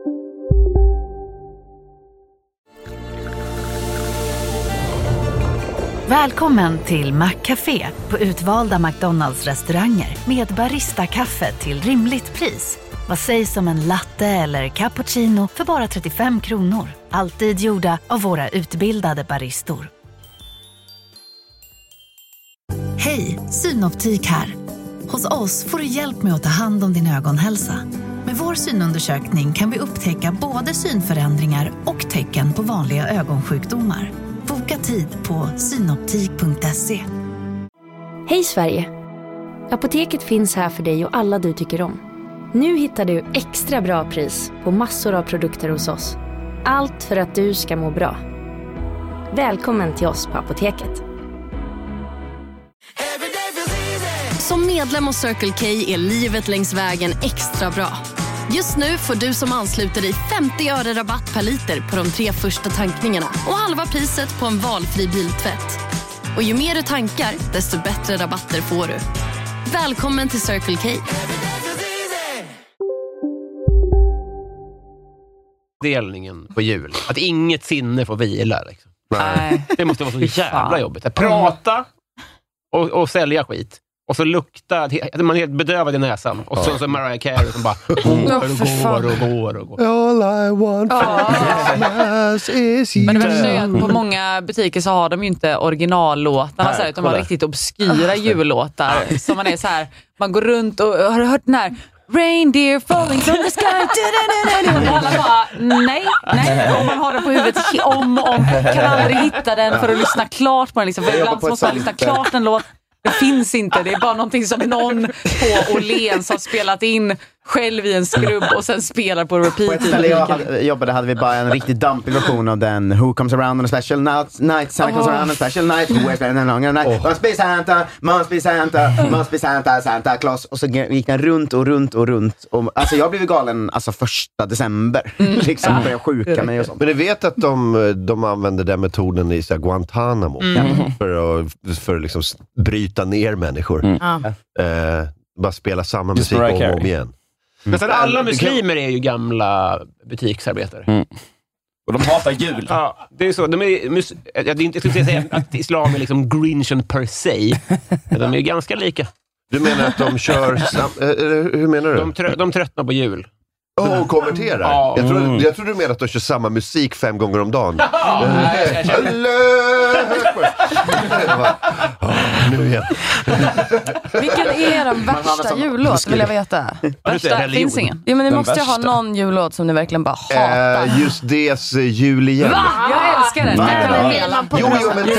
Välkommen till Maccafé på utvalda McDonalds-restauranger med Barista-kaffe till rimligt pris. Vad sägs om en latte eller cappuccino för bara 35 kronor? Alltid gjorda av våra utbildade baristor. Hej, Synoptik här. Hos oss får du hjälp med att ta hand om din ögonhälsa. Med vår synundersökning kan vi upptäcka både synförändringar och tecken på vanliga ögonsjukdomar. Boka tid på synoptik.se. Hej Sverige! Apoteket finns här för dig och alla du tycker om. Nu hittar du extra bra pris på massor av produkter hos oss. Allt för att du ska må bra. Välkommen till oss på Apoteket. Som medlem hos Circle K är livet längs vägen extra bra. Just nu får du som ansluter dig 50 öre rabatt per liter på de 3 första tankningarna och halva priset på en valfri biltvätt. Och ju mer du tankar, desto bättre rabatter får du. Välkommen till Circle K. Delningen på jul. Att inget sinne får vila. Liksom. Nej. Det måste vara så jävla jobbigt. Att prata och sälja skit. Och så luktar man är helt bedövad i näsan. Och så Mariah Carey som bara går. All I want for Christmas is you. Men det värsta är att på många butiker så har de ju inte originallåtarna så här, utan de har riktigt obskyra jullåtar. Som man är så här, man går runt och har du hört den här Reindeer falling from the sky. Och alla bara, nej. Och man har den på huvudet om kan aldrig hitta den för att lyssna klart på den. Liksom. För ibland måste man lyssna klart en låt. Det finns inte, det är bara någonting som någon på Åhléns har spelat in själv i en skrubb och sen spelar på repeat. På ett ställe jag jobbade hade vi bara en riktigt dampig version av den Who Comes Around on a Special Night, Santa Comes Around on a Special Night, Who is better than longer night, Must be Santa, must be Santa, must be Santa, Santa Claus. Och så gick den runt och alltså jag blev galen alltså 1 december liksom började sjuka mig och sånt. Men ni vet att de använder den metoden i så här, Guantanamo för att liksom bryta ner människor. Bara spela samma musik om och om igen. Men sen alla muslimer är ju gamla butiksarbetare. Och de hatar jul. Ja, det är så. Jag skulle säga att islam är liksom grinchen per se. Men de är ju ganska lika. Du menar att de kör... hur menar du? De tröttnar på jul. Och konverterar? Ja. Jag tror du menar att de kör samma musik 5 gånger om dagen. Nu igen. Vilken är den värsta jullåt, vill jag veta? Värsta finns ingen. Ja, men ni måste ju ha någon jullåt som ni verkligen bara hatar. Just des jul igen. Va? Jag älskar den. Jo, men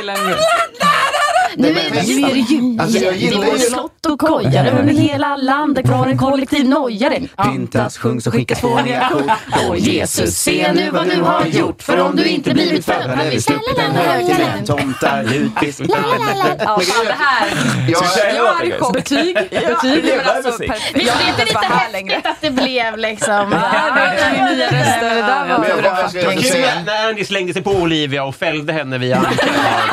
Nu är det jul. Alltså jag gillar ju slott och kojar över hela landet. Kvar en kollektiv nojare. Pyntas, sjungs och skickas fåniga kort. Åh Jesus, se nu vad du har gjort. För om du inte blivit född hade vi sluppit den högtiden. Tomtar, ljudpiss. Ja, fan det här. Jag hade ju betyg. Betyg är alltså perfekt. Vi vet inte häftigt att det blev liksom. Nya röster. Det där var kul när Andy slängde sig på Olivia och fällde henne via Annika.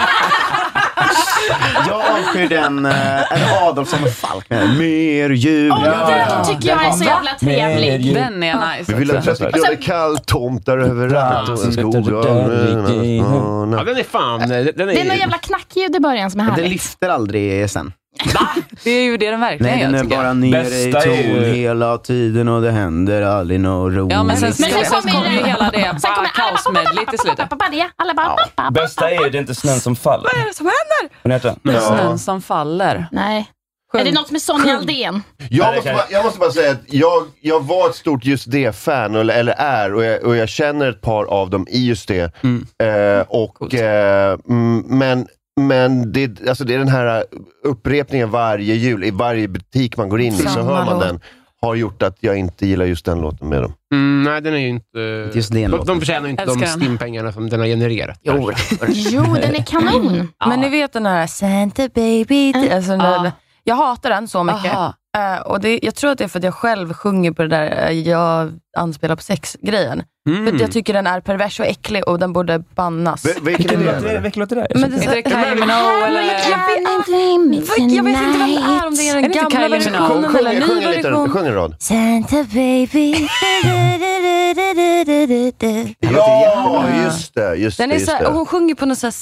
Jag avskyr den Adolfsson och Falk med mer jul. Den tycker jag är så jävla trevlig. Den är nice. Vi vill ha 30 grader kallt, tomtar överallt och en skog. Ja, den är fan. Det är någon jävla knackljud i början som är härligt. Den lyfter aldrig sen. Va? Det är ju det den verkligen gör. Nej, den är bara nere i ton hela tiden och det händer aldrig något roligt. Ja, men sen kommer ju hela det kaosmedley till slutet. Bästa är ju det inte snön som faller. Vad är det som händer? Snön som faller. Nej. Är det något med Sonja Aldén? Jag måste bara säga att jag var ett stort just det-fan, eller är, och jag känner ett par av dem i just det. Men det är den här upprepningen varje jul, i varje butik man går in i så hör man den, har gjort att jag inte gillar just den låten med dem. Nej, den är ju inte... Just den de förtjänar inte de stimpengarna som den har genererat. Jo, den är kanon. Men ni vet den här Santa Baby, alltså jag hatar den så mycket. Och jag tror att det är för att jag själv sjunger på det där jag anspelar på sex-grejen. För jag tycker den är pervers och äcklig och den borde bannas. Vilken låt är det? Men det är Kylie Minogue eller... Jag vet inte vem det är, om det är den gamla versionen eller en ny version. Sjung en rad. Santa Baby. Ja, just det. Den är så här, och hon sjunger på något så här...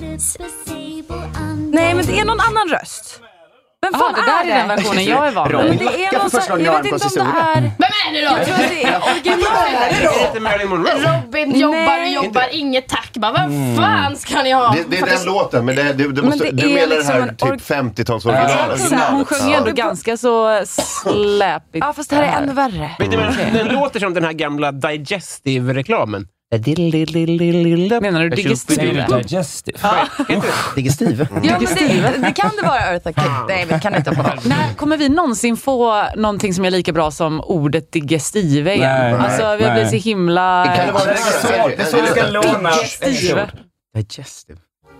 Nej, men det är någon annan röst. Men fan, det där är den versionen jag är van med. Men det är någon så, jag vet inte om det är... Vem är det då? Jag tror att det är original. Robin jobbar, inget tack. Bara, vad fan ska ni ha? Det är den låten, men du menar det här typ 50-tals originalet. Hon sjunger ändå ganska så släpigt. Ja, fast det här är ännu värre. Den låter som den här gamla Digestive-reklamen. Menar du Digestive? Digestive? Ja, men det kan det vara Eartha Kitt. Nej, vi kan inte på något. När kommer vi någonsin få någonting som är lika bra som ordet digestive igen? Alltså, vi har blivit så himla... Kan det vara det så vi ska låna? Digestive. Digestive.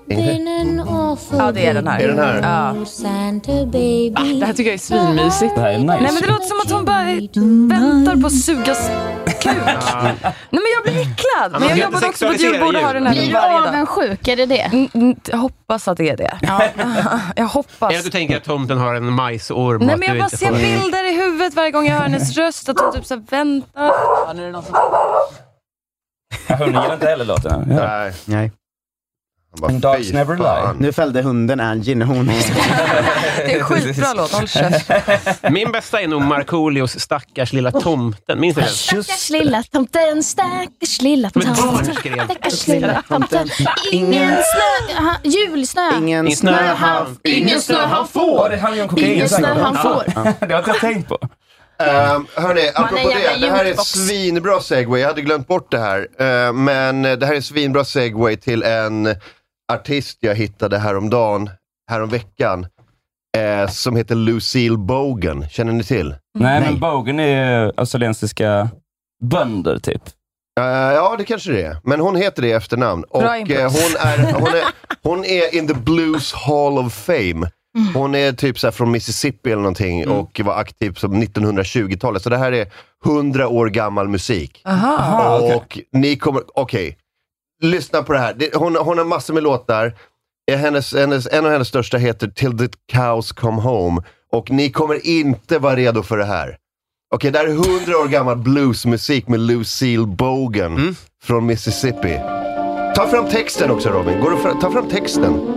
Ja, det är den här. Är den här? Ja. Det här tycker jag är svinmysigt. Det här är nice. Nej, men det låter som att hon bara väntar på att sugas kuk. Nej, men jag blir äcklad. Men jag jobbar också på ett julbord och har den här Blir du varje dag. avundsjuk? Är det det? Jag hoppas att det är det. Jag hoppas. Eller du tänker att tomten har en majsorm. Nej, men jag bara ser bilder i huvudet varje gång jag hör hennes röst. Att hon typ så väntar. Ja, nu är det någon som... Hunden gillar inte heller låten. Ja. Nej. And dogs never lie. Nu fällde hunden Angie när hon... Det är en skitbra låt, håll käft. Min bästa är nog Markoolios Stackars lilla tomten. Minns du det? Stackars lilla tomten, stackars lilla tomten. Stackars lilla tomten. Ingen snö, julsnö. Ingen snö han får. Det handlar ju om kokain. Ingen snö han får. Det har inte jag tänkt på. Hörni, apropå det här är ett svinbra segway. Jag hade glömt bort det här. Men det här är en svinbra segway till en artist jag hittade häromveckan. Som heter Lucille Bogan. Känner ni till? Nej, men Bogan är australiensiska bönder typ. Ja, det kanske det är. Men hon heter det i efternamn. Och hon är in the Blues Hall of Fame. Hon är typ så här från Mississippi eller någonting och var aktiv som 1920-talet. Så det här är 100 år gammal musik. Aha. Och ni kommer... Okej. Lyssna på det här. Hon har massor med låtar. En av hennes största heter Till the Cows Come Home. Och ni kommer inte vara redo för det här. Okej, det här är 100 år gammal bluesmusik med Lucille Bogan från Mississippi. Ta fram texten också, Robin. Ta fram texten.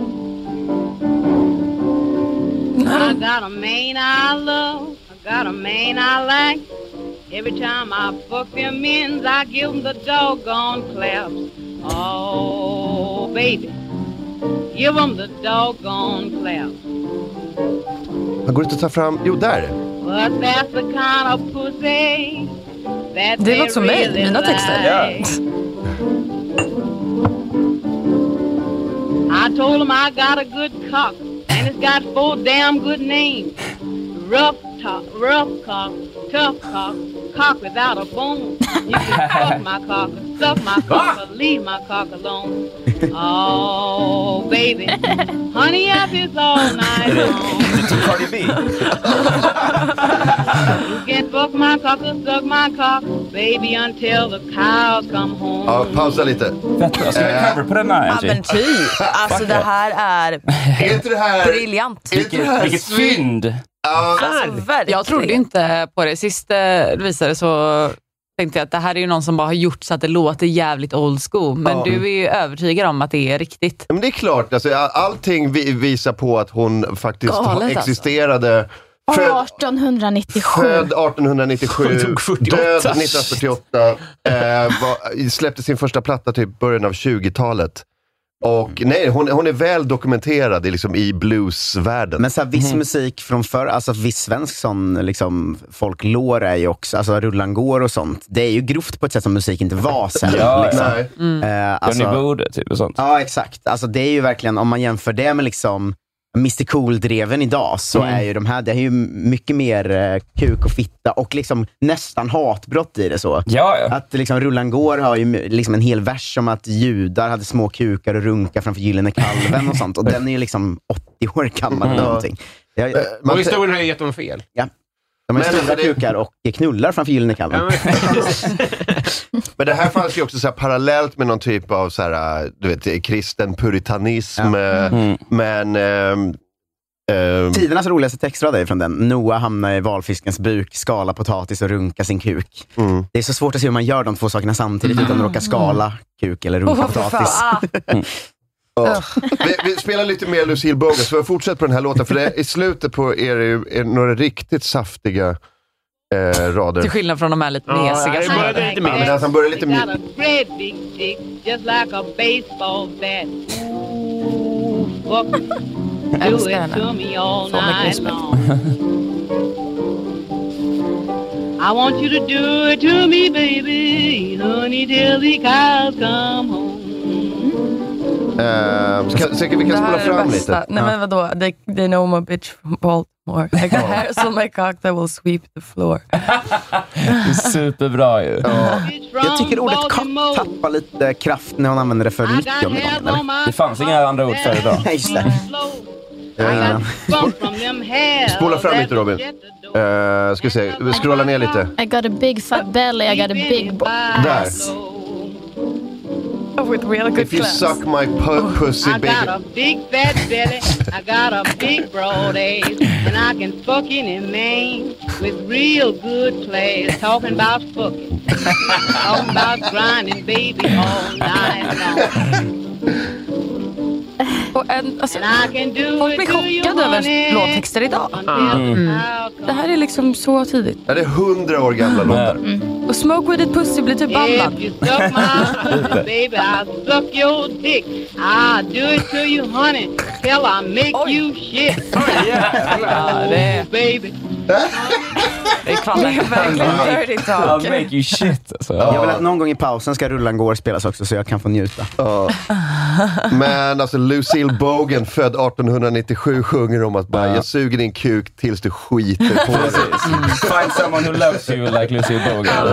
I got a man I love, I got a man I like. Every time I fuck them ends, I give them the doggone claps. Oh, baby, give them the doggone claps. Man går inte att ta fram... Jo, där är det. But that's the kind of pussy that Det låter som mig, really mina texter. like. I told him I got a good cock, and it's got 4 damn good names. Rough cock, tough cock, cock without a bone. You can fuck my cock, suck my cock, or leave my cock alone. Oh, baby, honey, up is all night long. Cardi B. You can fuck my cock or suck my cock, baby, until the cows come home. Ja, pausa lite. Fett, ska vi cover på den här, Ja, Angie? men typ. Alltså det här är inte det här briljant. Vilket fynd. Alltså, verkligen. Jag trodde inte på det. Sist det visade så tänkte jag att det här är ju någon som bara har gjort så att det låter jävligt old school. Men du är ju övertygad om att det är riktigt. Men det är klart, alltså, allting visar på att hon faktiskt existerade. 1897. Född 1897, död 1948. Släppte sin första platta typ början av 20-talet. Och nej, hon är väl dokumenterad liksom, i bluesvärlden. Men så här, viss musik från förr, alltså viss svensk sån liksom, folklore är ju också, alltså Rullan går och sånt. Det är ju grovt på ett sätt som musik inte var sen. Ja, liksom. Alltså, ni borde typ och sånt. Ja, exakt. Alltså det är ju verkligen, om man jämför det med liksom Mr. Cool-dreven idag, så är ju de här, det är ju mycket mer kuk och fitta och liksom nästan hatbrott i det så. Ja. Att liksom Rullan går har ju liksom en hel vers om att judar hade små kukar och runka framför Gyllene kalven och sånt. Och den är ju liksom 80 år gammal eller någonting. Och historien har ju gett dem fel. Ja. De har stora kukar och knullar framför Gyllene kalven. Men det här fanns ju också så här parallellt med någon typ av så här, du vet, kristen puritanism. Men tidernas roligaste textrad är från den. Noah hamnar i valfiskens buk, skala potatis och runka sin kuk. Det är så svårt att se hur man gör de två sakerna samtidigt utan att råka skala kuk eller runka potatis. Vi spelar lite mer Lucille Bogan, så vi fortsätter på den här låten, för det, i slutet på är några riktigt saftiga rader. Till skillnad från de här lite mesiga. Ja, men han börjar lite mer. Got a great big dick, just like a baseball bat. Ooh, fuck. Do it to me all night long. I want you to do it to me, baby, honey, till the cows come home. vi kan spola fram lite. Nej men vadå, they know my bitch from Baltimore. I got hairs on my cock that will sweep the floor. Det är superbra ju. Jag tycker ordet cock tappar lite kraft när hon använder det för mycket om det. Det fanns inga andra ord för idag. Nej, just det. Spola fram lite, Robin. Ska vi se, scrolla ner lite. I got a big fat belly, I got a big där. With real good If you class. suck my pussy, baby. I got a big fat belly, I got a big broad ass, and I can fuck any man with real good class. Talking about fucking, talking about grinding baby all night long. Och folk blir chockade över låttexter idag. Det här är liksom så tidigt. Ja, det är 100 år gamla låtar. Och Smoke With It Pussy blir typ bannad. Baby, I'll suck your dick. I'll do it to you, honey, till I make you shit. Baby. Det är I'll make you shit. Alltså. Jag vill att någon gång i pausen ska Rullan går spelas också så jag kan få njuta. Men alltså Lucille Bogan, född 1897, sjunger om att bara, jag suger din kuk tills du skiter på det. Find someone who loves you like Lucille Bogan.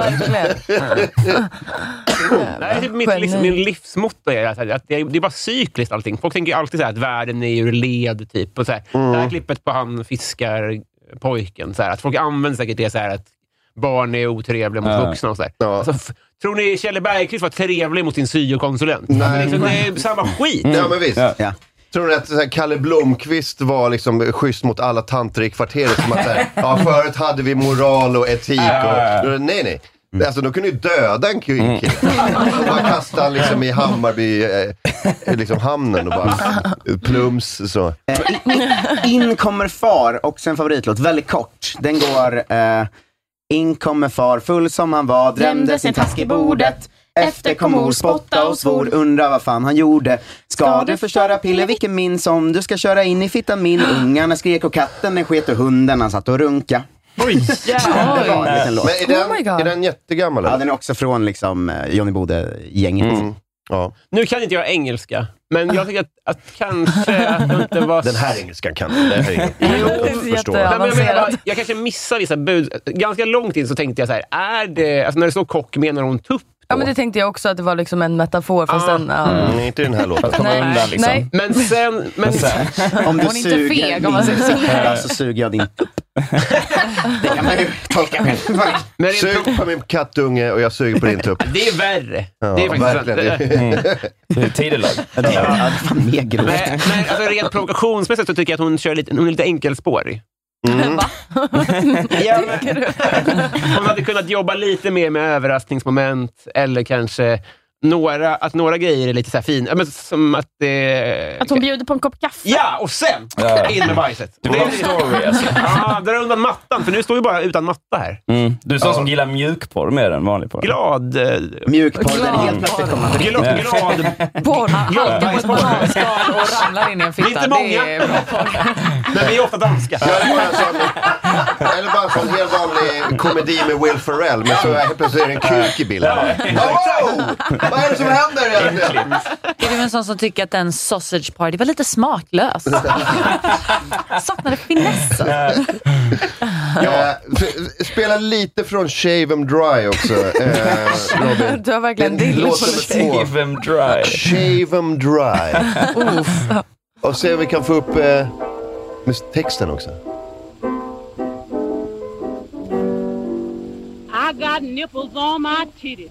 Det är typ min livsmotto är att det är bara cykliskt allting. Folk tänker alltid så här att världen är ur led typ. Och så här, det här klippet på han fiskar pojken, så här, att folk använder säkert det så här att barn är otrevliga mot vuxna och så här. Alltså, tror ni Kjell Bergqvist var trevlig mot sin syokonsulent? Nej. Alltså, det är samma skit. Ja, men visst. Ja. Tror ni att så här, Kalle Blomqvist var liksom schysst mot alla tanter i kvarteret? Som att så här, förut hade vi moral och etik. Och, nej. Alltså, de kunde ju döda en kille. Och bara kasta han liksom i Hammarby liksom hamnen och bara plums så. In kommer far, också en favoritlåt, väldigt kort. Den går in kommer far, full som han var, drämde sin task i bordet. Efter kom mor, spotta och svor, undra vad fan han gjorde. Ska du förstöra piller, vilken min som du ska köra in i fittan min. Ungarna skrek och katten, den sket och hunden, han satt och runka. Oj, det var en liten låt. Men är den jättegammal? Ja, den är också från liksom Johnny Bode-gänget. Ja. Nu kan inte jag engelska, men jag tycker att kanske att det inte var... Den här engelskan kan det här är jag kanske missar vissa bud. Ganska långt in så tänkte jag så här, är det, alltså när det står kock menar hon tupp? Ja, men det tänkte jag också att det var liksom en metafor fast inte den här låten. Nej. Men sen om du hon är inte feg om man säger så. Så suger jag din det kan man ju tolka med. Sug på min kattunge och jag suger på din tupp. Det är värre. Ja, det är faktiskt verkligen. Det är tidelag. Det är fan mer grovt. Men alltså rent provokationsmässigt så tycker jag att hon är lite enkelspårig. Va? Hon hade kunnat jobba lite mer med överraskningsmoment eller kanske några grejer är lite så här fin, men som att att hon bjuder på en kopp kaffe. Ja, och sen in med bajset. Det var en story alltså. Dra undan mattan, för nu står vi bara utan matta här. Du sa som gillar mjukporr mer än vanlig porr. Glad mjukporr, den helt plötsligt kommer glad bananskal och ramlar in i en fitta. Inte många. Men vi är ofta danska. Eller bara en sån helt vanlig komedi med Will Ferrell, men så är plötsligt en kuk i bilden. Vad är det som händer egentligen? Är du en sån som tycker att en sausage party var lite smaklös? Saknade finessen. Spela lite från Shave 'em Dry också, Robin. Du har verkligen dill på Shave 'em Dry. Shave 'em Dry. Och se om vi kan få upp med texten också. I got nipples on my titties.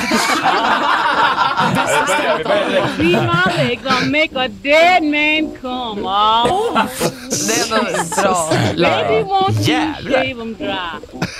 See my legs, I'll make a dead man come. Oh, det är nog bra. Baby wants you to shave them dry.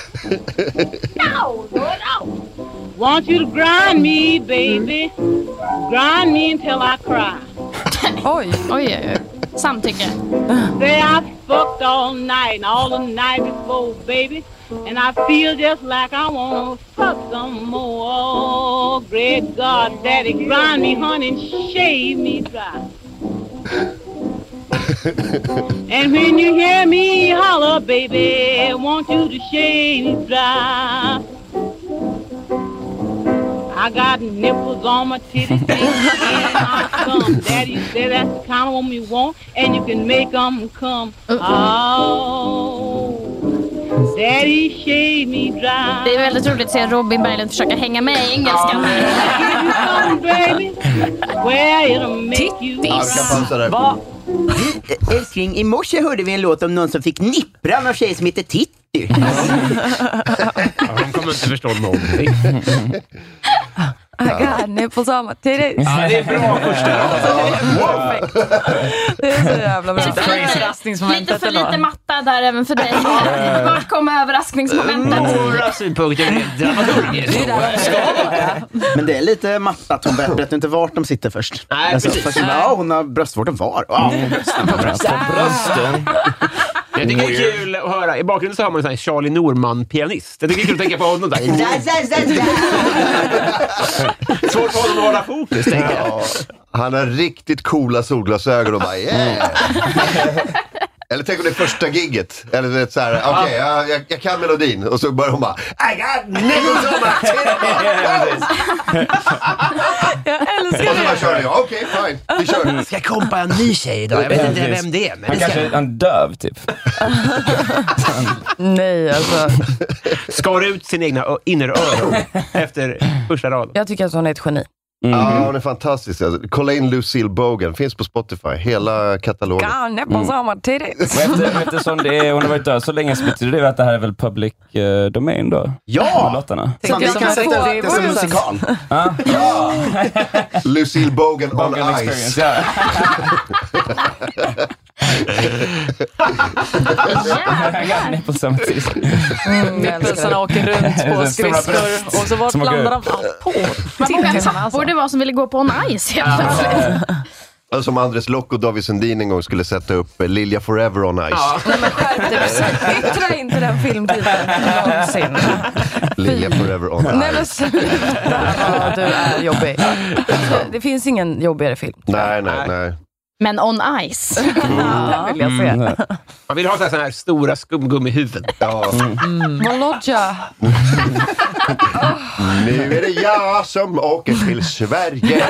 No, no. Want you to grind me, baby. Grind me until I cry. Oj. Samtycke. Say I fucked all night and all the night before, baby. And I feel just like I wanna fuck some more. Oh, great God, Daddy, grind me, honey, and shave me dry. And when you hear me holler, baby, want you to shave me dry. I got nipples on my titties and I come. Daddy said that's the kind of woman you want, and you can make them come. Oh, daddy shave me dry. Det är väldigt roligt att se Robin Berglund försöka hänga med i engelskan. Va? Älskling, i morse hörde vi en låt om någon som fick nippra av en tjej som heter Titti. De kommer inte förstå någonting. I got nipples on my titties. Ja, det är bra första. Det är så jävla bra. Lite för lite matta där även för dig. Vart kommer överraskningsmomentet? Några synpunkter är dramaturgiskt. Det är där det ska vara. Men det är lite mattat. Hon berättar inte vart de sitter först. Nej, precis. Först, hon har bröstvården var. Brösten. Jag tycker det är kul att höra. I bakgrunden så har man en Charlie Norman-pianist. Jag tycker det är kul att tänka på honom där. Svårt för honom att hålla fokus, tänker jag. Han har riktigt coola solglasögon och bara Eller tänk om det är första gigget. Eller du vet såhär, okej, jag kan melodin. Och så börjar hon bara, I got nipples on my titties. Jag älskar det. Och så bara kör jag, okej, fine, vi kör. Ska jag kompa en ny tjej idag? Jag vet inte vem det är. Men han kanske är en döv, typ. Nej, alltså. Skar ut sin egna inneröron efter första raden. Jag tycker att hon är ett geni. Ja, hon är fantastisk. Alltså, kolla in Lucille Bogan, finns på Spotify, hela katalogen. Eftersom hon har varit död så länge så betyder det att det här är väl public domain då? Ja! Låtarna. Så vi kan sätta det som musikal. Ja. Lucille Bogan on Ice. Nippelsarna åker runt på skridskor. Och så vart landar de på? Vad det var som ville gå på on ice helt plötsligt. Som Andres Lock och David Sundin en gång skulle sätta upp Lilja Forever on Ice. Ja. Nej, men yttra inte den filmtiteln någonsin. Lilja Forever on Ice. Nej, men sluta. Du är jobbig. Det finns ingen jobbigare film. Nej. Men on ice. Ja, vill jag se. Man vill ha så här stora skumgummihuvuden. Ja. Molodja. Nu är det jag som åker till Sverige.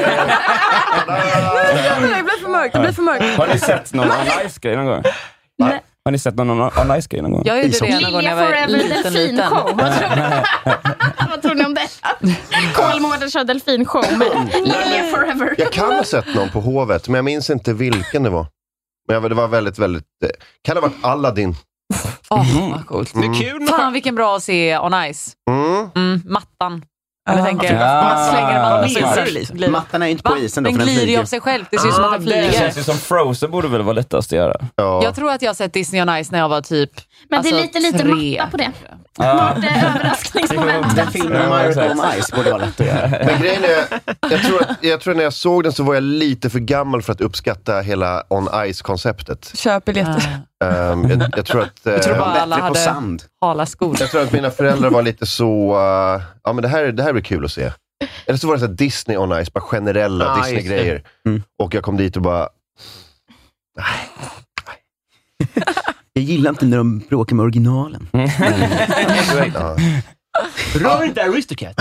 Det blir för mörkt. Har ni sett någon on ice-grej någon gång? Nej. Har ni sett någon on ice-grej någon gång? Jag gjorde det någon gång när jag var liten. Vad tror ni om det? Kolmården kör delfinshow med Lilja Forever. Jag kan ha sett någon på Hovet, men jag minns inte vilken det var. Men det var väldigt, väldigt... Kan det ha varit Aladdin? Vad coolt. Det är kul. Fan, vilken bra att se on ice. Mattan. Jag tänker, man slänger isen. Mattan är inte på isen då. Den glider ju av sig själv. Det ser ut som att den flyger. Det känns ju som Frozen borde väl vara lättast att göra. Ja. Jag tror att jag har sett Disney on Ice när jag var typ men det är lite matta på det. Vart är överraskningsmomentet? Den filmen Miracle on Ice borde vara lätt att göra. Men grejen är, jag tror när jag såg den så var jag lite för gammal för att uppskatta hela on ice-konceptet. Köp biljetter. Jag tror att... Jag tror bara alla på hade sand. hala skor. Jag tror att mina föräldrar var lite så... ja, men det här blir kul att se. Eller så var det så Disney on Ice, bara generella Disney-grejer. Och jag kom dit och bara... Nej. Jag gillar inte när de bråkar med originalen. Ja. Rör inte Aristocat.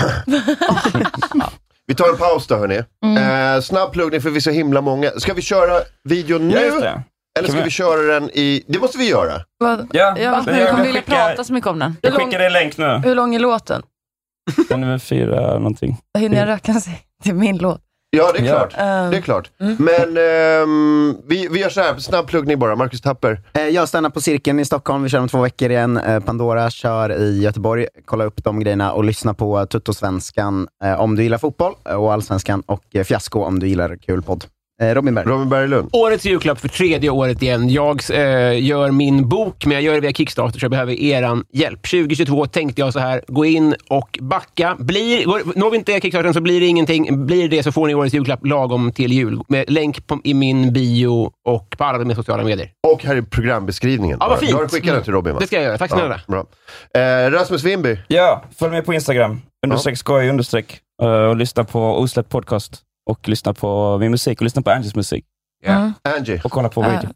Vi tar en paus då, hörni. Snabb pluggning för vi är så himla många. Ska vi köra videon nu? Eller ska vi köra den i... Det måste vi göra. Ja, jag ville prata så mycket om den. Jag skickar dig en länk nu. Hur lång är låten? Den är väl 4 någonting. Hinner jag röka sig till min låt? Ja, det är klart. Det är klart. Men vi gör så här, snabb pluggning bara. Marcus Tapper. Jag stannar på Cirkeln i Stockholm. Vi kör om 2 veckor igen. Pandora kör i Göteborg. Kolla upp de grejerna och lyssna på Tuttosvenskan om du gillar fotboll och Allsvenskan och Fiasko om du gillar kul podd. Robin Berglund. Årets julklapp för 3:e året igen. Jag gör min bok, men jag gör det via Kickstarter så jag behöver eran hjälp. 2022 tänkte jag så här, gå in och backa. Når vi inte Kickstarten så blir det ingenting. Blir det så får ni årets julklapp lagom till jul. Med länk i min bio och på alla med sociala medier. Och här är programbeskrivningen. Ja, vad fint. Du har skickat den till Robin, va? Det ska jag göra, tack snälla. Bra. Rasmus Wimby. Ja, följ med på Instagram. _skoj_ och lyssna på Osläpp podcast. Och lyssna på min musik och lyssna på Angies musik. Angie. Och kolla på video.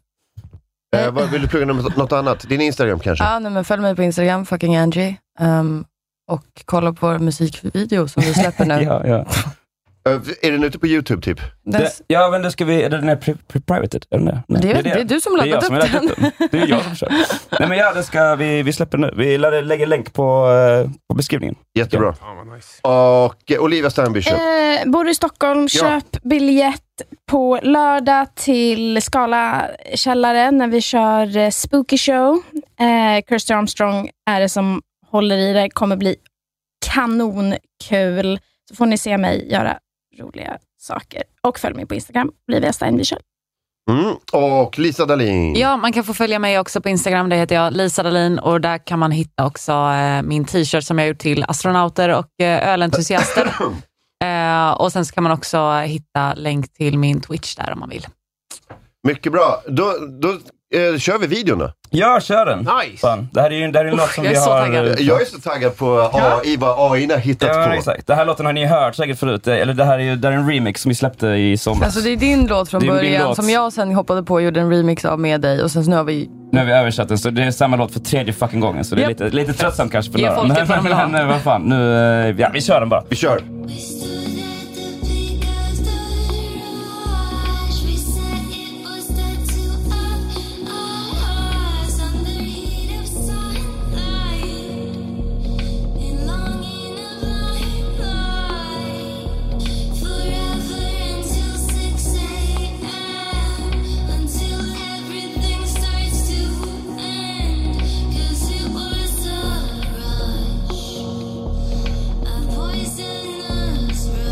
Vill du plugga något annat? Din Instagram kanske? Ja, men följ mig på Instagram, fucking Angie. och kolla på vår musikvideo som vi släpper nu. Ja. Är den ute på YouTube typ? Ja, men det ska vi... Är den private? Det är du som laddat upp den. Det är jag som kör. Nej, men det ska vi släpper nu. Vi lägger länk på beskrivningen. Jättebra. Nice. Och Olivia Sternby, köp. Bor i Stockholm, köp biljett på lördag till Skala källare när vi kör Spooky Show. Kirsty Armstrong är det som håller i det. Kommer bli kanonkul. Så får ni se mig göra roliga saker. Och följ mig på Instagram, Olivia Sternby. Och Lisa Dahlin. Ja, man kan få följa mig också på Instagram. Det heter jag, Lisa Dahlin. Och där kan man hitta också min t-shirt som jag gjort till astronauter och ölentusiaster. Och sen så kan man också hitta länk till min Twitch där om man vill. Mycket bra. Då kör vi videon då. Ja, kör den. Nice. Fan. Det här är en låt som vi har... Jag är så taggad på AI, vad AI har hittat på. Exakt. Den här låten har ni hört säkert förut. Eller det här är en remix som vi släppte i somras. Alltså det är din låt från början som jag sen hoppade på och gjorde en remix av med dig. Och sen nu har vi översatt den, så det är samma låt för 3:e fucking gången. Så det är lite tröttsamt kanske för några. Men vad fan, nu... Ja, vi kör den bara. Vi kör. Poisonous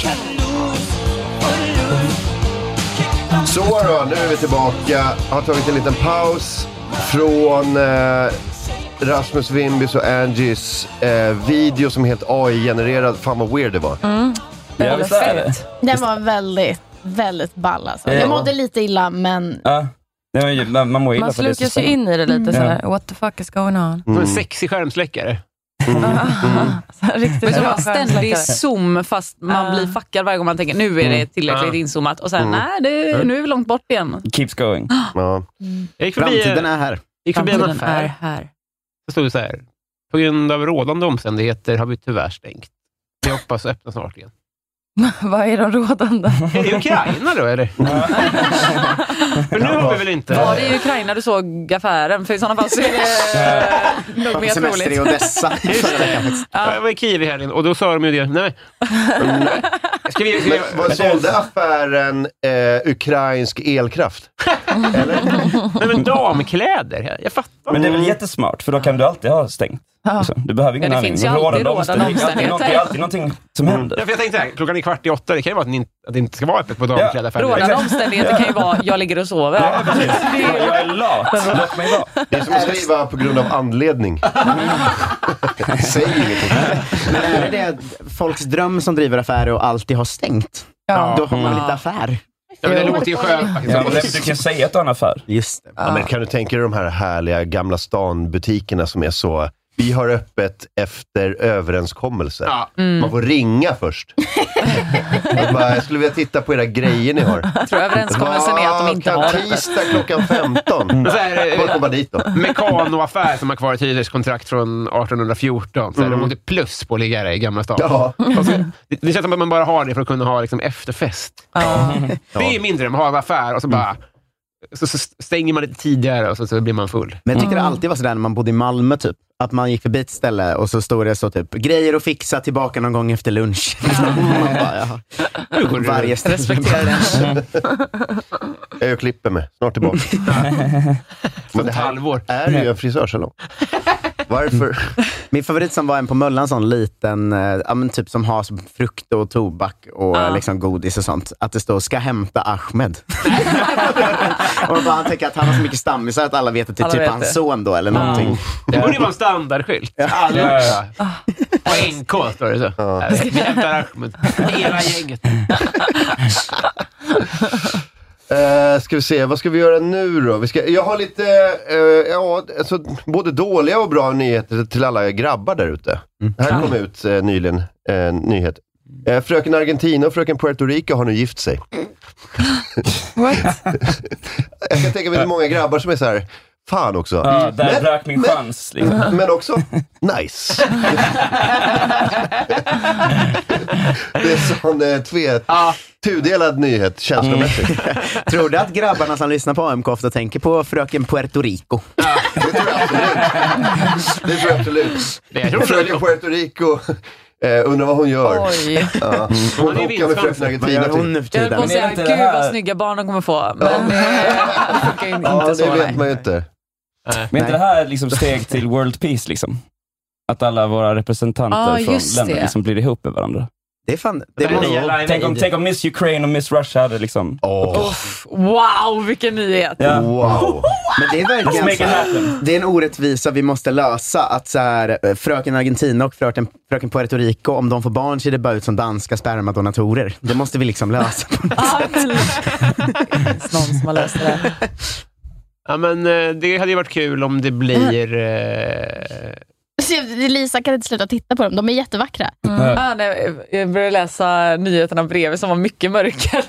Så då, nu är vi tillbaka. Har tagit en liten paus från Rasmus Wimbys och Angies video som är helt AI-genererad. Fan vad weird det var. Den var väldigt, väldigt ball alltså. Jag mådde lite illa, men... Man slukas ju in i det lite såhär. What the fuck is going on? En sexig skärmsläckare. Riktigt bra. Ständig zoom fast man blir fuckad varje gång man tänker nu är det tillräckligt inzoomat och sen nu är vi långt bort igen. Keeps going. Framtiden är här. Gick förbi en affär. Är här. Så stod det så här: på grund av rådande omständigheter har vi tyvärr stängt. Vi hoppas öppna snart igen. Vad är de rådande? Är det Ukraina då, eller? För nu har vi väl inte... Var det i Ukraina du såg affären? För i sådana fall så är det nog mer semester i Odessa. Jag var i Kiev i helgen och då sa de ju det. Nej. Vad sålde affären ukrainsk elkraft? Eller? Nej, men damkläder. Jag fattar. Men det är väl jättesmart, för då kan du alltid ha stängt. Du behöver ingen anledning. Det finns ju alltid rådande omständigheter. Det är alltid någonting som händer. Ja, för jag tänkte så här, 7:45, det kan ju vara att det inte ska vara öppet på damklädaffärer. Rådande omständigheter kan ju vara, jag ligger och sover. Ja, precis. Jag är lat. Låt mig vara. Det är som att skriva på grund av anledning. Säg ingenting. Men är det folks dröm som driver affärer och alltid har stängt? Ja. Då har man lite affär. Ja, men det låter ju skönt. Ja, du kan säga att du har en affär. Just det. Ja, men kan du tänka dig de här härliga gamla stanbutikerna som är så... Vi har öppet efter överenskommelser. Ja. Man får ringa först. Jag skulle vilja titta på era grejer ni har. Jag tror överenskommelsen är att de inte har öppet. Tisdag klockan 15. Folk kommer dit då. Mekanoaffär som har kvar ett hyreskontrakt från 1814. Så de måste plus på att ligga där i Gamla stan. Ja. Det känns som att man bara har det för att kunna ha liksom efterfest. Det är mindre än att ha en affär och så bara... Så stänger man lite tidigare och så blir man full. Men jag tycker det alltid var sådär när man bodde i Malmö typ. Att man gick förbi ett ställe och så stod det så typ grejer att fixa tillbaka någon gång efter lunch. Man bara, varje ställe. Respekterar den. Jag klipper mig. Snart tillbaka. Men det halvår. Är ju en frisörsalong. Varför? Min favorit som var en på Möllan, sån liten, typ som har frukt och tobak och liksom godis och sånt. Att det står, ska hämta Ahmed. Och bara han tänker att han har så mycket stammisar att alla vet att det är typ hans son då eller någonting. Det borde ju vara en standardskylt. Alla och NK står det så. Vi hämtar Ahmed. Hela gänget. Ska vi se, vad ska vi göra nu då? Jag har lite både dåliga och bra nyheter till alla grabbar där ute. Här kom ut nyligen nyhet. Fröken Argentina och fröken Puerto Rico har nu gift sig. What? Jag kan tänka mig många grabbar som är så här. Fan också. Ja, där rök min chans. Liksom. Men också nice. Det är sån tudelad nyhet känslomässigt. Tror du att grabbarna som lyssnar på AMK ofta tänker på fröken Puerto Rico? Ja, det tror jag absolut. Det tror jag absolut. Fröken Puerto Rico. Undrar vad hon gör. Oj. Ja. Hon åker med fröken Argentina till. Jag vill säga, gud vad snygga barn de kommer få. Men det funkar ju inte så. Det vet man ju inte. Men inte det här liksom steg till world peace liksom? Att alla våra representanter från länder liksom blir ihop med varandra. Det är fan... Tänk om Miss Ukraine och Miss Russia hade liksom... Wow, vilken nyhet! Ja. Wow. Men det är verkligen det är en orättvisa vi måste lösa. Att så här, fröken Argentina och fröken Puerto Rico, om de får barn ser det bara ut som danska spermadonatorer. Det måste vi liksom lösa på något sätt. Någon som har löst det. Ja, men det hade ju varit kul om det blir... Lisa kan inte sluta titta på dem, de är jättevackra. Jag började läsa nyheterna bredvid som var mycket mörkare.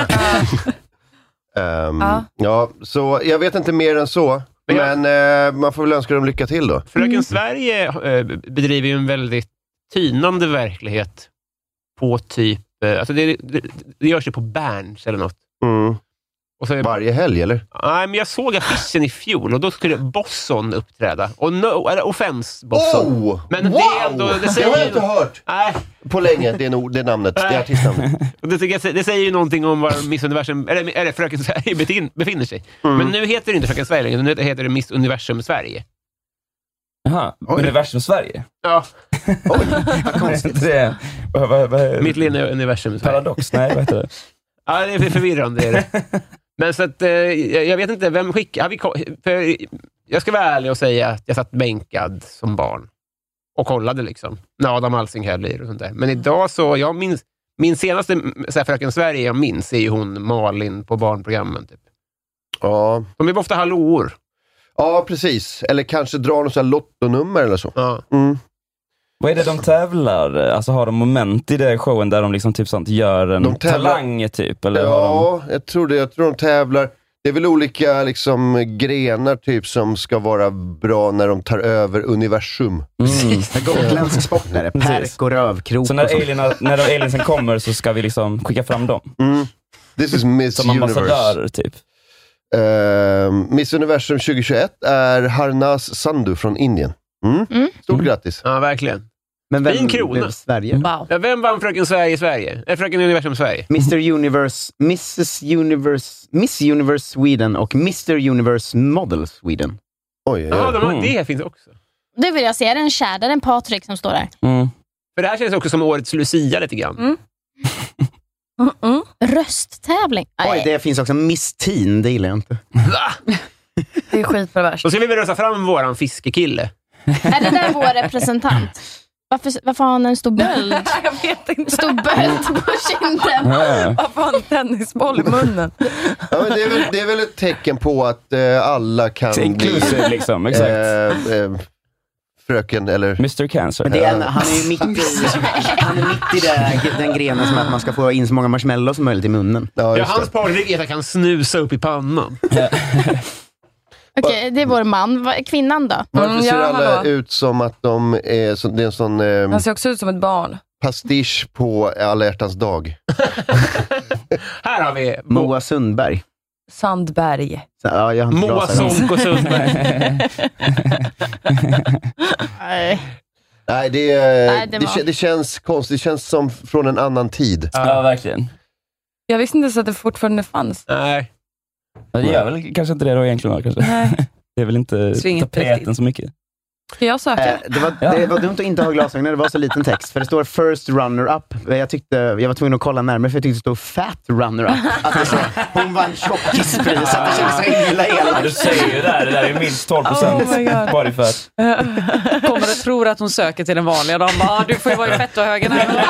Ja, så jag vet inte mer än så. Men man får väl önska dem lycka till då. Fröken Sverige bedriver ju en väldigt tynande verklighet på typ... Alltså det görs ju på Berns eller något. Och så varje helg, eller? Nej, men jag såg affischen i fjol och då skulle Bosson uppträda. Och Offense Bosson. Men wow! Det är ändå... Det har jag inte hört. Nej. På länge, det är namnet. Det är artistnamnet. Och det säger ju någonting om var Miss Universum... Eller Fröken Sverige befinner sig. Men nu heter det inte Fröken Sverige längre. Nu heter det Miss Universum Sverige. Jaha, universum Sverige? Ja. Oj, vad konstigt. Mitt lilla universum Sverige. Paradox, nej vad heter det? Ja, det är förvirrande. Är det. Men så att, jag vet inte, vem skickar... För jag ska vara ärlig och säga att jag satt bänkad som barn och kollade liksom. När Adam Alsing höll i och sånt där. Men idag så, jag minns... Min senaste Fröken Sverige jag minns är ju hon Malin på barnprogrammen typ. Ja. De är ofta hallåor. Ja, precis. Eller kanske dra något sån här lottonummer eller så. Ja. Vad är det de tävlar? Alltså har de moment i det showen där de liksom typ sånt gör en talang typ? Eller jag tror det. Jag tror de tävlar. Det är väl olika liksom grenar typ som ska vara bra när de tar över universum. Gotländsk sportare, perk och rövkrok. Så när aliensen kommer så ska vi liksom skicka fram dem. This is Miss som Universe. ambassadörer typ. Miss Universum 2021 är Harnas Sandhu från Indien. Stort grattis. Ja, verkligen. Men vem fin krona. blev Sverige? Wow. Ja, vem vann Fröken Sverige i Sverige? Fröken Universum Sverige? Mr. Universe, Mrs. Universe, Miss Universe Sweden och Mr. Universe Model Sweden. Oj, ja, det finns också. Det vill jag se. Är det en Cher, det är en Patrik som står där. För det här känns också som årets Lucia lite grann. Rösttävling. Oj, det finns också Miss Teen, det gillar jag inte. Det är skitperverst. Då ska vi väl rösta fram våran fiskekille. Är det där vår representant? Varför har han en stor böld? Jag vet inte. Stor böld på kinden. Varför har han en tennisboll i munnen? Ja, men det är väl ett tecken på att alla kan inclusive liksom, exakt. Fröken eller Mr. Cancer. Men det är han är ju mitt i den grenen som att man ska få in så många marshmallows som möjligt i munnen. Ja, hans partytrick är att han kan snusa upp i pannan. Okej, det är vår man. Kvinnan då? Varför ser alla ut som att de är det är en sån... Han ser också ut som ett barn. Pastisch på alla hjärtans dag. Här har vi Moa Sundberg. Sandberg. Ja, jag har inte Moa Sonko Sundberg. Nej, det känns konstigt. Det känns som från en annan tid. Ja, verkligen. Jag visste inte så att det fortfarande fanns. Nej. Det gör väl kanske inte det då egentligen. Kanske. Nej. Det är väl inte tapeten så mycket. Ska jag söka? Det var dumt att inte ha glasögon när det var så liten text. För det står first runner-up. Jag var tvungen att kolla närmare för jag tyckte det stod fat runner-up. Alltså, hon vann tjockispris. Att det kändes så himla elakt. Du säger ju det där är minst 12% bodyfat. Kommer och tror att hon söker till den vanliga. De bara, du får ju vara i fett och högen här.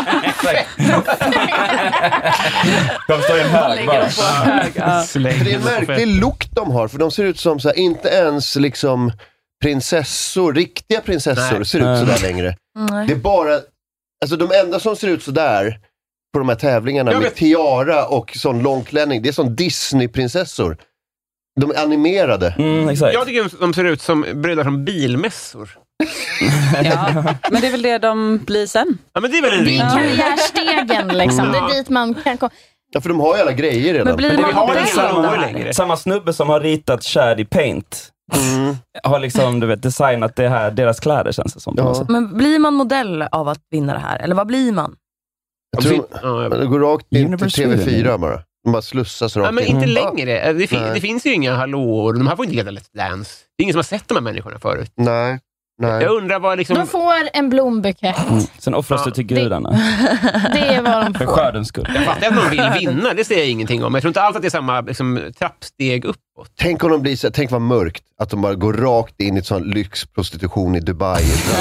De står i en hög bara. För det är en märklig look de har. För de ser ut som så här, inte ens liksom prinsessor, riktiga prinsessor ser ut så där längre. Det är bara, alltså de enda som ser ut så där på de här tävlingarna med tiara och sån lång klänning, det är sån Disney-prinsessor. De är animerade. Exakt. Jag tycker de ser ut som bröder från bilmässor. Ja, men det är väl det de blir sen. Ja, men det är väl en karriärstegen liksom. Det är dit man kan komma. Ja, för de har ju alla grejer redan. Men blir man samma snubbe som har ritat Chad i Paint har liksom, du vet, designat det här, deras kläder känns det som. Ja. Men blir man modell av att vinna det här? Eller vad blir man? Jag tror det går rakt in till TV4 bara. De bara slussas rakt in. Men inte längre. Det finns ju inga hallåor. De här får inte heta Let's Dance. Det är ingen som har sett de här människorna förut. Nej. Jag undrar vad liksom... De får en blombukett. Sen offras du till gudarna. Det är vad de får. För skördens skull. Jag fattar att de vill vinna, det säger jag ingenting om. Jag tror inte alls att det är samma liksom, trappsteg uppåt. Tänk om de blir så, tänk vad mörkt. Att de bara går rakt in i ett sån lyxprostitution i Dubai.